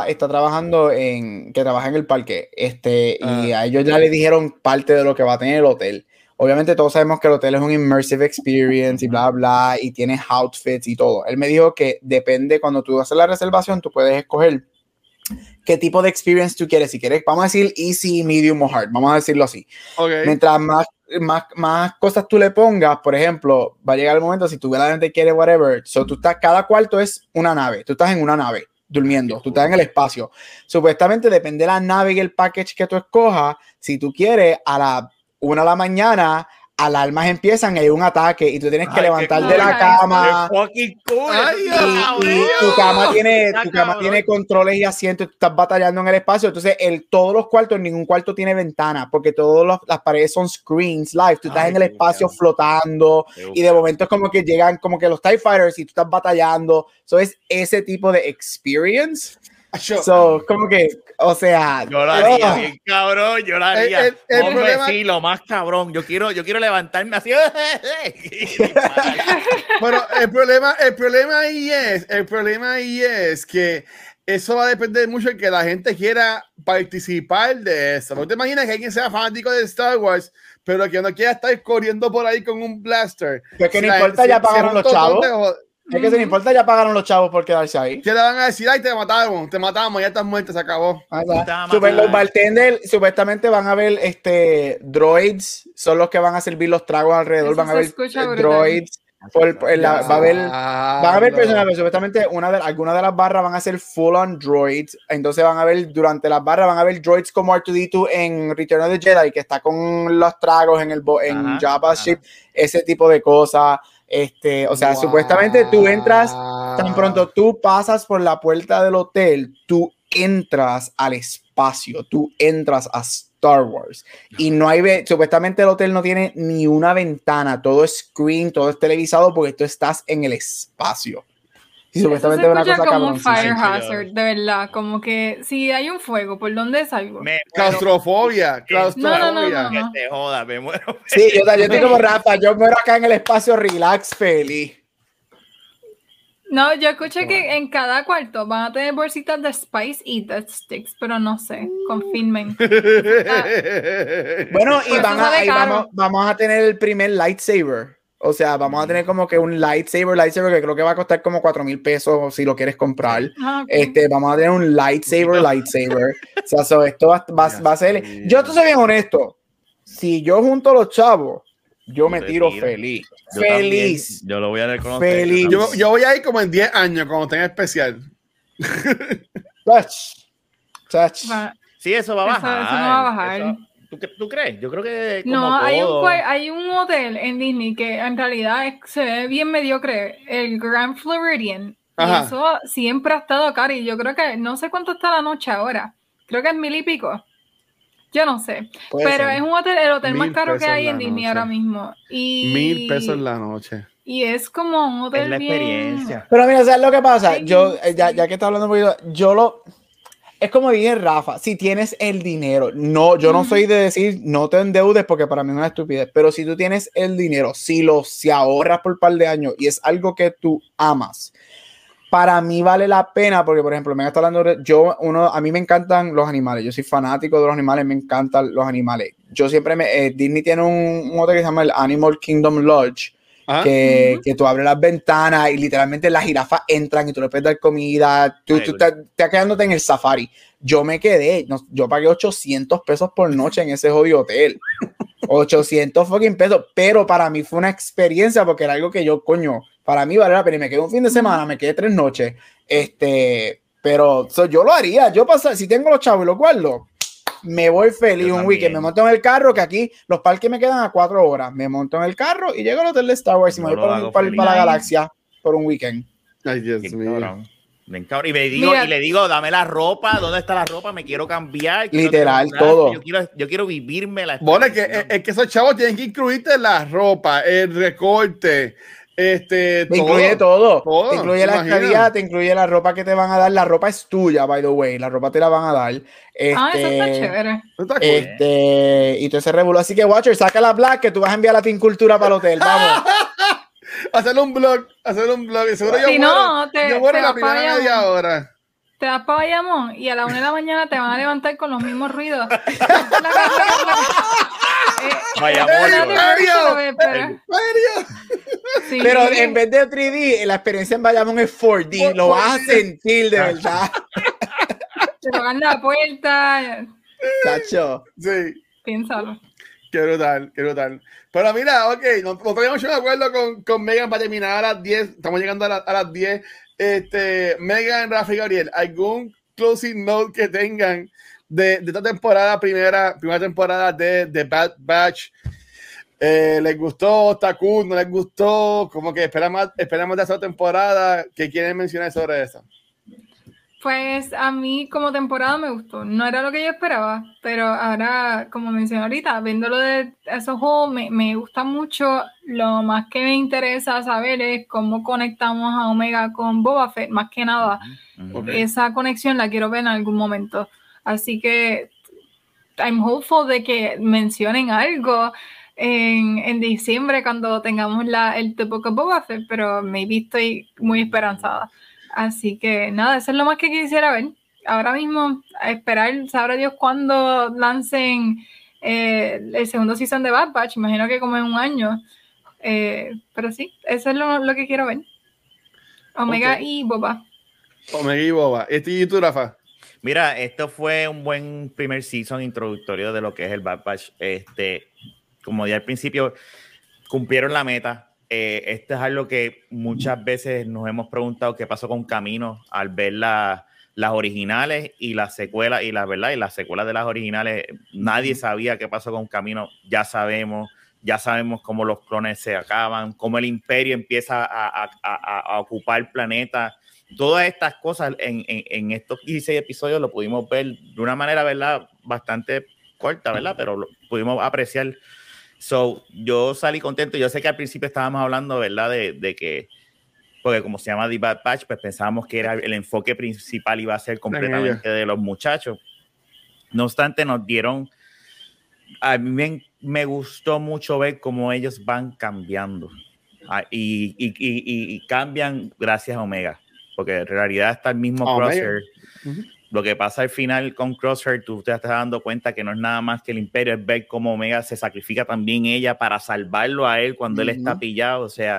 en el parque, y a ellos ya le dijeron parte de lo que va a tener el hotel. Obviamente todos sabemos que el hotel es un immersive experience y bla, bla, y tiene outfits y todo. Él me dijo que depende, cuando tú haces la reservación, tú puedes escoger qué tipo de experience tú quieres. Si quieres, vamos a decir easy, medium o hard, vamos a decirlo así. Mientras más cosas tú le pongas, por ejemplo, va a llegar el momento si tú verdaderamente quieres whatever, cada cuarto es una nave, tú estás en una nave, durmiendo, tú estás en el espacio. Supuestamente depende de la nave y el package que tú escojas. Si tú quieres, a la 1 de la mañana, alarmas empiezan y hay un ataque y tú tienes que levantar de la cama. Qué cool. Y tu cama tiene controles y asientos, tú estás batallando en el espacio. Entonces, todos los cuartos, ningún cuarto tiene ventana porque todas las paredes son screens live. Tú estás en el espacio flotando y de momento es como que llegan como que los TIE Fighters y tú estás batallando. So, es ese tipo de experience. So, como que, o sea, yo lo haría bien cabrón, yo lo haría. El problema, sí, lo más cabrón. Yo quiero levantarme así. Pero el problema ahí es que eso va a depender mucho de que la gente quiera participar de eso. ¿No te imaginas que alguien sea fanático de Star Wars, pero que no quiera estar corriendo por ahí con un blaster? Pues que no importa, ya pagaron los chavos. Es que se no importa, ya pagaron los chavos por quedarse ahí. ¿Qué le van a decir? Ay, te matamos, ya estás muerto, se acabó. Los bartenders supuestamente van a ver droids, son los que van a servir los tragos alrededor, van a ver droids. Van a haber personas, supuestamente algunas de las barras van a ser full on droids, entonces van a ver durante las barras van a ver droids como R2-D2 en Return of the Jedi, que está con los tragos en Jabba's ship, ese tipo de cosas. O sea, supuestamente tú entras, tan pronto tú pasas por la puerta del hotel, tú entras al espacio, tú entras a Star Wars y no hay, supuestamente el hotel no tiene ni una ventana, todo es screen, todo es televisado porque tú estás en el espacio. Y supuestamente eso se una cosa como un fire hazard, de verdad, como que si hay un fuego, ¿por dónde salgo? Claustrofobia. No. Que te joda, me muero. Sí, yo estoy como Rafa, yo muero acá en el espacio relax, feliz. No, yo escuché que en cada cuarto van a tener bolsitas de Spice Eat Sticks, pero no sé, confirmen. Bueno, y vamos a tener el primer lightsaber. O sea, vamos a tener como que un lightsaber que creo que va a costar como $4,000 si lo quieres comprar. Okay. Vamos a tener un lightsaber. O sea, esto va a ser... Yo te soy bien honesto. Si yo junto a los chavos, yo me tiro feliz. Feliz. Yo lo voy a reconocer. Feliz. Yo voy a ir como en 10 años cuando tenga especial. Touch. Sí, eso va a bajar. Eso no va a bajar. ¿Tú crees? Yo creo que como no, todo... hay un hotel en Disney que en realidad se ve bien mediocre, el Grand Floridian. Ajá. Y eso siempre ha estado caro y yo creo que no sé cuánto está la noche ahora. Creo que es 1,000 y pico. Yo no sé. Pero es un hotel, el hotel más caro que hay en Disney ahora mismo. Y $1,000 la noche. Y es como un hotel es la bien... experiencia. Pero mira, ¿sabes lo que pasa? Yo, ya que está hablando un poquito, es como dije Rafa, si tienes el dinero, yo no soy de decir no te endeudes porque para mí es una estupidez, pero si tú tienes el dinero, si ahorras por un par de años y es algo que tú amas, para mí vale la pena porque, por ejemplo, me está hablando a mí me encantan los animales, yo soy fanático de los animales, me encantan los animales. Yo siempre Disney tiene un hotel que se llama el Animal Kingdom Lodge, que tú abres las ventanas y literalmente las jirafas entran y tú le puedes dar comida, tú estás quedándote en el safari. Yo me quedé, yo pagué $800 por noche en ese jodido hotel. 800 fucking pesos, pero para mí fue una experiencia porque era algo que para mí vale la pena y me quedé un fin de semana, me quedé 3 noches, pero yo lo haría, si tengo los chavos y los guardo, me voy feliz un weekend, me monto en el carro, que aquí los parques me quedan a 4 horas, me monto en el carro y llego al hotel de Star Wars y me voy para la galaxia por un weekend. Ay, Dios mío. Y le digo, dame la ropa, ¿dónde está la ropa? Me quiero cambiar. Literal, todo. Yo quiero vivirme la Bueno, es que esos chavos tienen que incluirte la ropa, el recorte, te incluye todo. Te incluye la estadía, te incluye la ropa que te van a dar. La ropa es tuya, by the way. La ropa te la van a dar. Eso está chévere. Y todo ese revuelo. Así que, Watcher, saca la Black que tú vas a enviar la Team Cultura para el hotel. Vamos. Hacer un blog. Seguro si yo muero la primera media hora. Te vas para Bayamón y a la 1 de la mañana te van a levantar con los mismos ruidos. Sí. Pero en vez de 3D, la experiencia en Bayamón es 4D. Lo vas a sentir de verdad. Te tocan la puerta. Cacho. Sí. Piénsalo. Qué brutal, qué brutal. Pero mira, ok, no tenemos de acuerdo con Megan para terminar a las 10. Estamos llegando a las 10. Megan, Rafa y Gabriel, ¿algún closing note que tengan de esta temporada, primera temporada de Bad Batch? ¿Les gustó? ¿Está cool? ¿No les gustó? Como que esperamos de esta temporada. ¿Qué quieren mencionar sobre eso? Pues a mí como temporada me gustó. No era lo que yo esperaba, pero ahora, como mencioné ahorita, viéndolo de esos juegos, me gusta mucho. Lo más que me interesa saber es cómo conectamos a Omega con Boba Fett, más que nada. Okay. Esa conexión la quiero ver en algún momento. Así que I'm hopeful de que mencionen algo en diciembre cuando tengamos el The Book of Boba Fett, pero maybe estoy muy esperanzada. Así que nada, eso es lo más que quisiera ver. Ahora mismo, a esperar, sabrá Dios cuándo lancen el segundo season de Bad Batch. Imagino que como en un año. Pero sí, eso es lo que quiero ver. Omega y Boba. Omega y Boba. ¿Y tú, Rafa? Mira, esto fue un buen primer season introductorio de lo que es el Bad Batch. Como ya al principio, cumplieron la meta. Esto es algo que muchas veces nos hemos preguntado qué pasó con Camino al ver las originales y las secuelas, y las secuelas de las originales. Nadie sabía qué pasó con Camino. Ya sabemos cómo los clones se acaban, cómo el Imperio empieza a ocupar planetas. Todas estas cosas en estos 16 episodios lo pudimos ver de una manera, ¿verdad?, bastante corta, ¿verdad?, pero lo pudimos apreciar. So, yo salí contento. Yo sé que al principio estábamos hablando, ¿verdad?, de que, porque como se llama The Bad Batch, pues pensábamos que era el enfoque principal iba a ser completamente de los muchachos. No obstante, nos dieron, a mí me gustó mucho ver cómo ellos van cambiando y cambian gracias a Omega, porque en realidad está el mismo Crosshair. Lo que pasa al final con Crosshair, tú te estás dando cuenta que no es nada más que el Imperio, es ver cómo Omega se sacrifica también ella para salvarlo a él cuando él está pillado. O sea,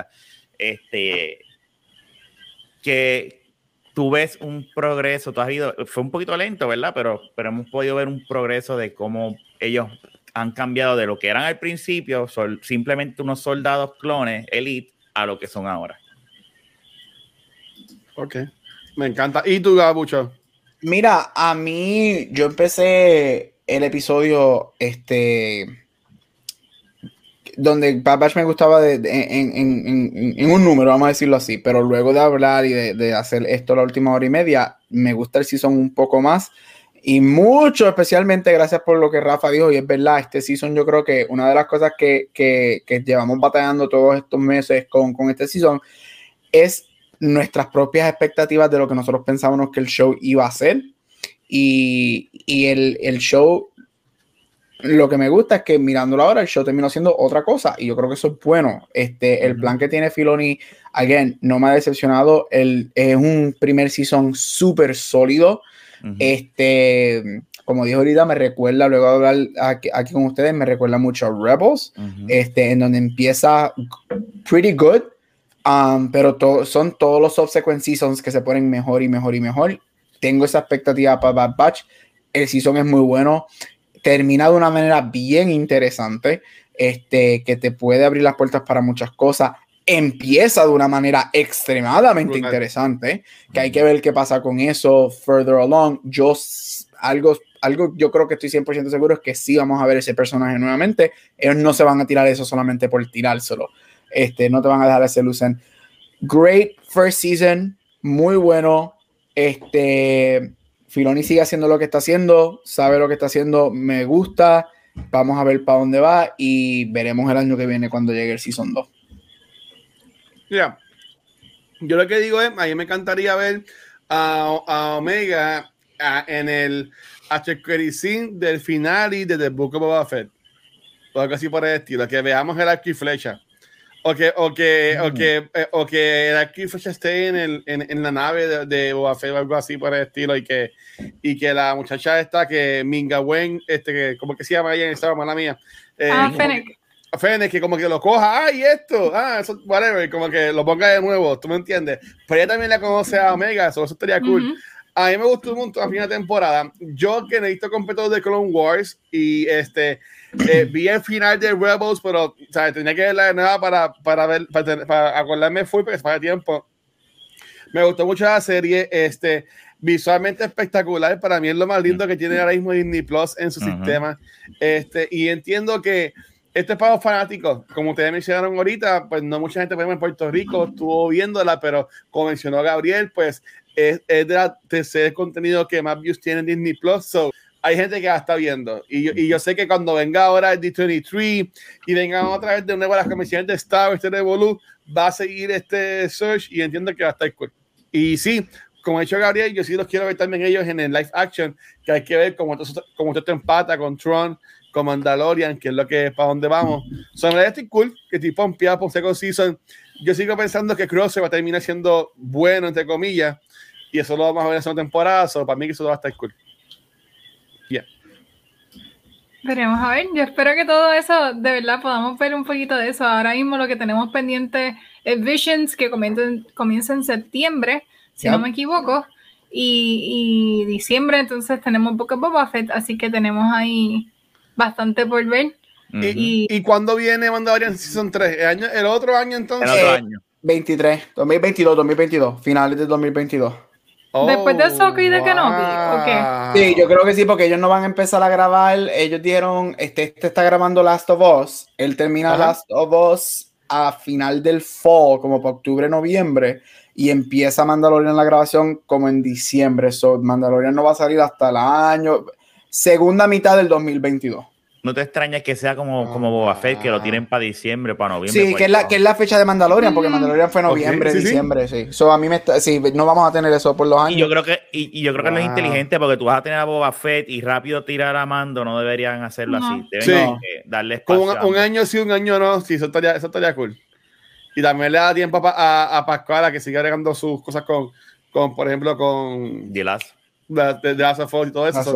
que tú ves un progreso, fue un poquito lento, ¿verdad? Pero hemos podido ver un progreso de cómo ellos han cambiado de lo que eran al principio, simplemente unos soldados clones, elite, a lo que son ahora. Ok, me encanta. ¿Y tú, Gabucho? Mira, a mí, yo empecé el episodio donde Bad Batch me gustaba en un número, vamos a decirlo así, pero luego de hablar y de hacer esto la última hora y media, me gusta el season un poco más y mucho, especialmente gracias por lo que Rafa dijo, y es verdad, este season yo creo que una de las cosas que llevamos batallando todos estos meses con este season es nuestras propias expectativas de lo que nosotros pensábamos que el show iba a ser, y el show, lo que me gusta es que mirándolo ahora, el show terminó siendo otra cosa, y yo creo que eso es bueno. El plan que tiene Filoni, again, no me ha decepcionado. Es un primer season súper sólido. Como dijo ahorita, me recuerda, luego de hablar aquí con ustedes, me recuerda mucho a Rebels, en donde empieza pretty good. Pero son todos los subsequent seasons que se ponen mejor y mejor y mejor. Tengo esa expectativa para Bad Batch. El season es muy bueno. Termina de una manera bien interesante, que te puede abrir las puertas para muchas cosas. Empieza de una manera extremadamente interesante, que hay que ver qué pasa con eso further along. Algo yo creo que estoy 100% seguro es que sí vamos a ver ese personaje nuevamente. Ellos no se van a tirar eso solamente por tirárselo. No te van a dejar ese lucen. Great first season, muy bueno. Filoni sigue haciendo lo que está haciendo, sabe lo que está haciendo, me gusta. Vamos a ver para dónde va y veremos el año que viene cuando llegue el season 2. Yeah. Yo lo que digo es, a mí me encantaría ver a Omega en el after credit scene del final y de The Book of Boba Fett, o algo así por el estilo, que veamos el arco y flecha. O que el arco y flecha esté en la nave de Boba Fett o algo así por el estilo, y que la muchacha esta, que Minga Wen, ¿cómo que se llama ella en esta mala mía? Fennec, que como que lo coja, eso, whatever, como que lo ponga de nuevo, ¿tú me entiendes? Pero ella también la conoce a Omega, eso estaría cool. A mí me gustó un montón la primera temporada. Yo que necesito completo de Clone Wars y vi el final de Rebels, pero ¿sabes? Tenía que verla de nuevo para acordarme full porque se pasa tiempo. Me gustó mucho la serie, visualmente espectacular. Para mí es lo más lindo que tiene ahora mismo Disney Plus en su sistema. Y entiendo que este es para los fanáticos, como ustedes mencionaron ahorita, pues no mucha gente en Puerto Rico estuvo viéndola, pero como mencionó Gabriel, pues es de la tercer contenido que más views tiene en Disney Plus. So, hay gente que la está viendo. Y yo sé que cuando venga ahora el D23 y vengan otra vez de nuevo las comisiones de Star Wars, Revolu, va a seguir este search y entiendo que va a estar cool. Y sí, como ha dicho Gabriel, yo sí los quiero ver también ellos en el live action, que hay que ver cómo esto empata con Tron, con Mandalorian, que es lo que es para donde vamos. Son estoy cool, que estoy pompeado por second season. Yo sigo pensando que Cross va a terminar siendo bueno, entre comillas, y eso lo vamos a ver en la segunda temporada. So, para mí que eso va a estar cool. Yeah. Veremos a ver. Yo espero que todo eso, de verdad, podamos ver un poquito de eso. Ahora mismo lo que tenemos pendiente es Visions, que comienza en septiembre, si no me equivoco, y diciembre, entonces tenemos Book of Boba Fett, así que tenemos ahí bastante por ver. ¿Y cuándo viene Mandalorian Season 3? ¿El otro año entonces? El otro año. 2022, finales de 2022. Después de Ahsoka y de Kenobi, ¿o qué? Sí, yo creo que sí, porque ellos no van a empezar a grabar. Ellos dijeron, este está grabando Last of Us. Él termina Last of Us a final del fall, como para octubre, noviembre, y empieza Mandalorian la grabación como en diciembre. So, Mandalorian no va a salir hasta el segunda mitad del 2022. No te extrañas que sea como Boba Fett, que lo tienen para diciembre, para noviembre. Sí, que es la fecha de Mandalorian, porque Mandalorian fue noviembre, diciembre, sí. So, a mí no vamos a tener eso por los años. Y yo creo que no es inteligente, porque tú vas a tener a Boba Fett y rápido tirar a Mando, no deberían hacerlo así. Deben darle espacio. Un año sí, un año no, sí, eso estaría cool. Y también le da tiempo a Pascual a que siga agregando sus cosas con por ejemplo, con The Last of Us y todo eso.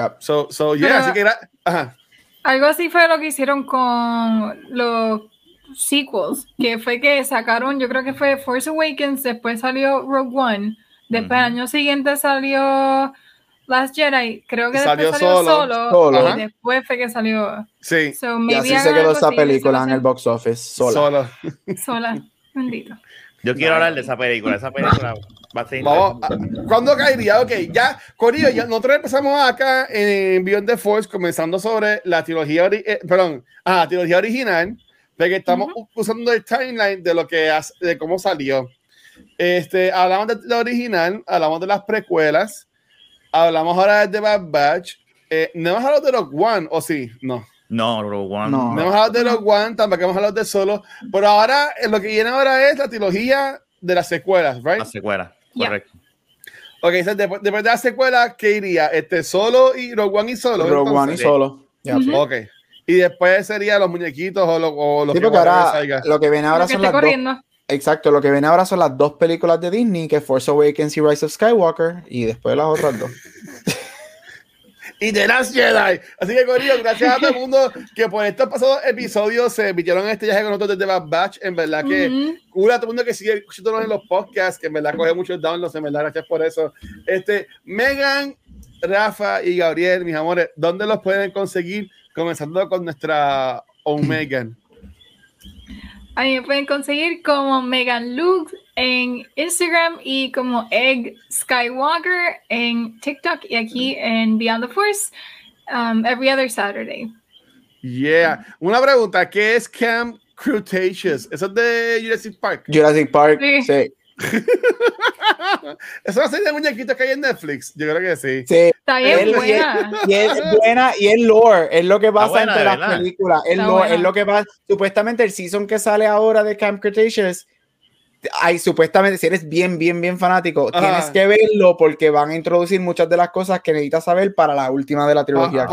Así que algo así fue lo que hicieron con los sequels, que fue que sacaron, yo creo que fue Force Awakens, después salió Rogue One, después al año siguiente salió Last Jedi, creo que después salió solo. Y después fue que salió. Sí. Y así se quedó esa película en el box office, sola. Bendito. Yo quiero hablar de esa película. Esa película va a ser ¿Cuándo caería? Ok, ya, Corillo, nosotros empezamos acá en Beyond the Force, comenzando sobre la trilogía original, de que estamos usando el timeline de cómo salió. Hablamos de la original, hablamos de las precuelas, hablamos ahora de Bad Batch. ¿No hemos hablado de Rogue One o sí? No, Rogue One. No hemos hablado de Rogue One, tampoco hemos hablado de Solo, pero ahora lo que viene ahora es la trilogía de las secuelas, ¿right? Las secuelas, correcto. Ok, después de la secuela, ¿qué iría? Solo y Rogue One y Solo. Rogue One y Solo. Ok. Y después sería los muñequitos o los que ahora lo que viene ahora son las dos. Exacto, lo que viene ahora son las dos películas de Disney, que es Force Awakens y Rise of Skywalker, y después las otras dos. Y The Last Jedi. Así que, Corillo, gracias a todo el mundo que por estos pasados episodios se metieron este viaje con nosotros desde Bad Batch. En verdad que cura a todo el mundo que sigue escuchándonos en los podcasts, que en verdad coge muchos downloads. En verdad, gracias por eso. Megan, Rafa y Gabriel, mis amores, ¿dónde los pueden conseguir? Comenzando con nuestra Megan. A mí me pueden conseguir como Megan Luke en Instagram y como Egg Skywalker en TikTok y aquí en Beyond the Force every other Saturday. Yeah. Una pregunta, ¿qué es Camp Cretaceous? ¿Eso es de Jurassic Park? Jurassic Park, sí. ¿Eso va a ser de muñequitos que hay en Netflix? Yo creo que sí. Está bien buena. Y es buena y es lore, es lo que pasa entre las películas. Es lo que pasa. Supuestamente el season que sale ahora de Camp Cretaceous, supuestamente, si eres bien fanático, tienes que verlo porque van a introducir muchas de las cosas que necesitas saber para la última de la trilogía.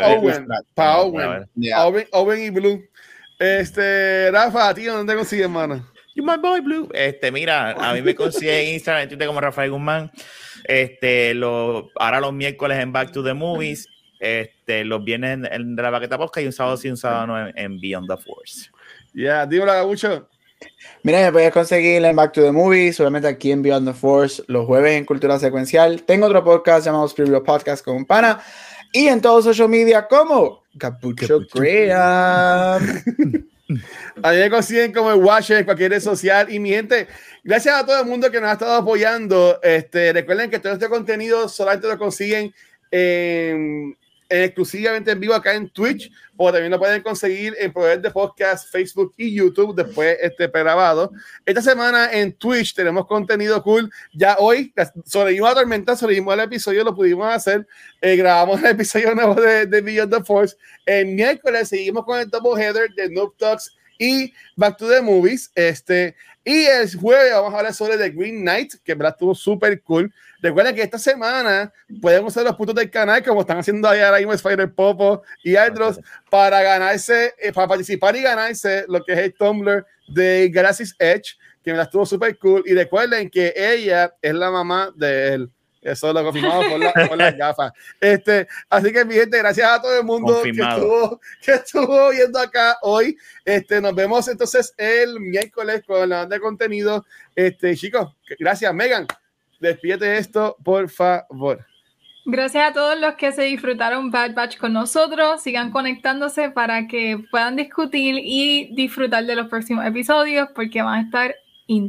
Owen y Blue. Rafa, ¿a ti dónde te consigues, hermano? You my boy Blue. Mira, a mí me consigue en Instagram, en Twitter como Rafael Guzmán. Ahora los miércoles en Back to the Movies, los viernes en de la Baqueta Posca y un sábado sí, un sábado no en Beyond the Force. Dímelo, mucho. Mira, me puedes conseguir en Back to the Movies, solamente aquí en Beyond the Force, los jueves en Cultura Secuencial. Tengo otro podcast llamado Preview Podcast con un pana. Y en todos social media como Capucho Graham. A mí me consiguen como el Watcher en cualquier red social. Y mi gente, gracias a todo el mundo que nos ha estado apoyando. Recuerden que todo este contenido solamente lo consiguen exclusivamente en vivo acá en Twitch, o también lo pueden conseguir en proveedor de podcast, Facebook y YouTube después pregrabado. Esta semana en Twitch tenemos contenido cool. Ya hoy sobrevivimos a la tormenta, sobrevivimos al episodio, lo pudimos hacer. Grabamos el episodio nuevo de Beyond the Force. El miércoles seguimos con el double header de Noob Talks y Back to the Movies. Y el jueves vamos a hablar sobre The Green Knight, que verdad estuvo súper cool. Recuerden que esta semana pueden usar los puntos del canal, como están haciendo ahora mismo Spider Popo y Aldros, para ganarse, para participar y ganarse lo que es el Tumblr de Galaxy's Edge, que verdad estuvo súper cool. Y recuerden que ella es la mamá de él. Eso lo confirmamos por las gafas. Así que, mi gente, gracias a todo el mundo que estuvo viendo acá hoy. Nos vemos entonces el miércoles con la banda de contenido. Chicos, gracias. Megan, despídete esto, por favor. Gracias a todos los que se disfrutaron Bad Batch con nosotros. Sigan conectándose para que puedan discutir y disfrutar de los próximos episodios, porque van a estar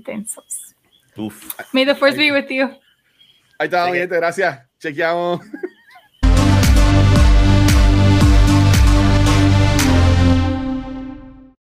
intensos. May the Force be with you. Ahí está, mi gente, gracias. Chequeamos.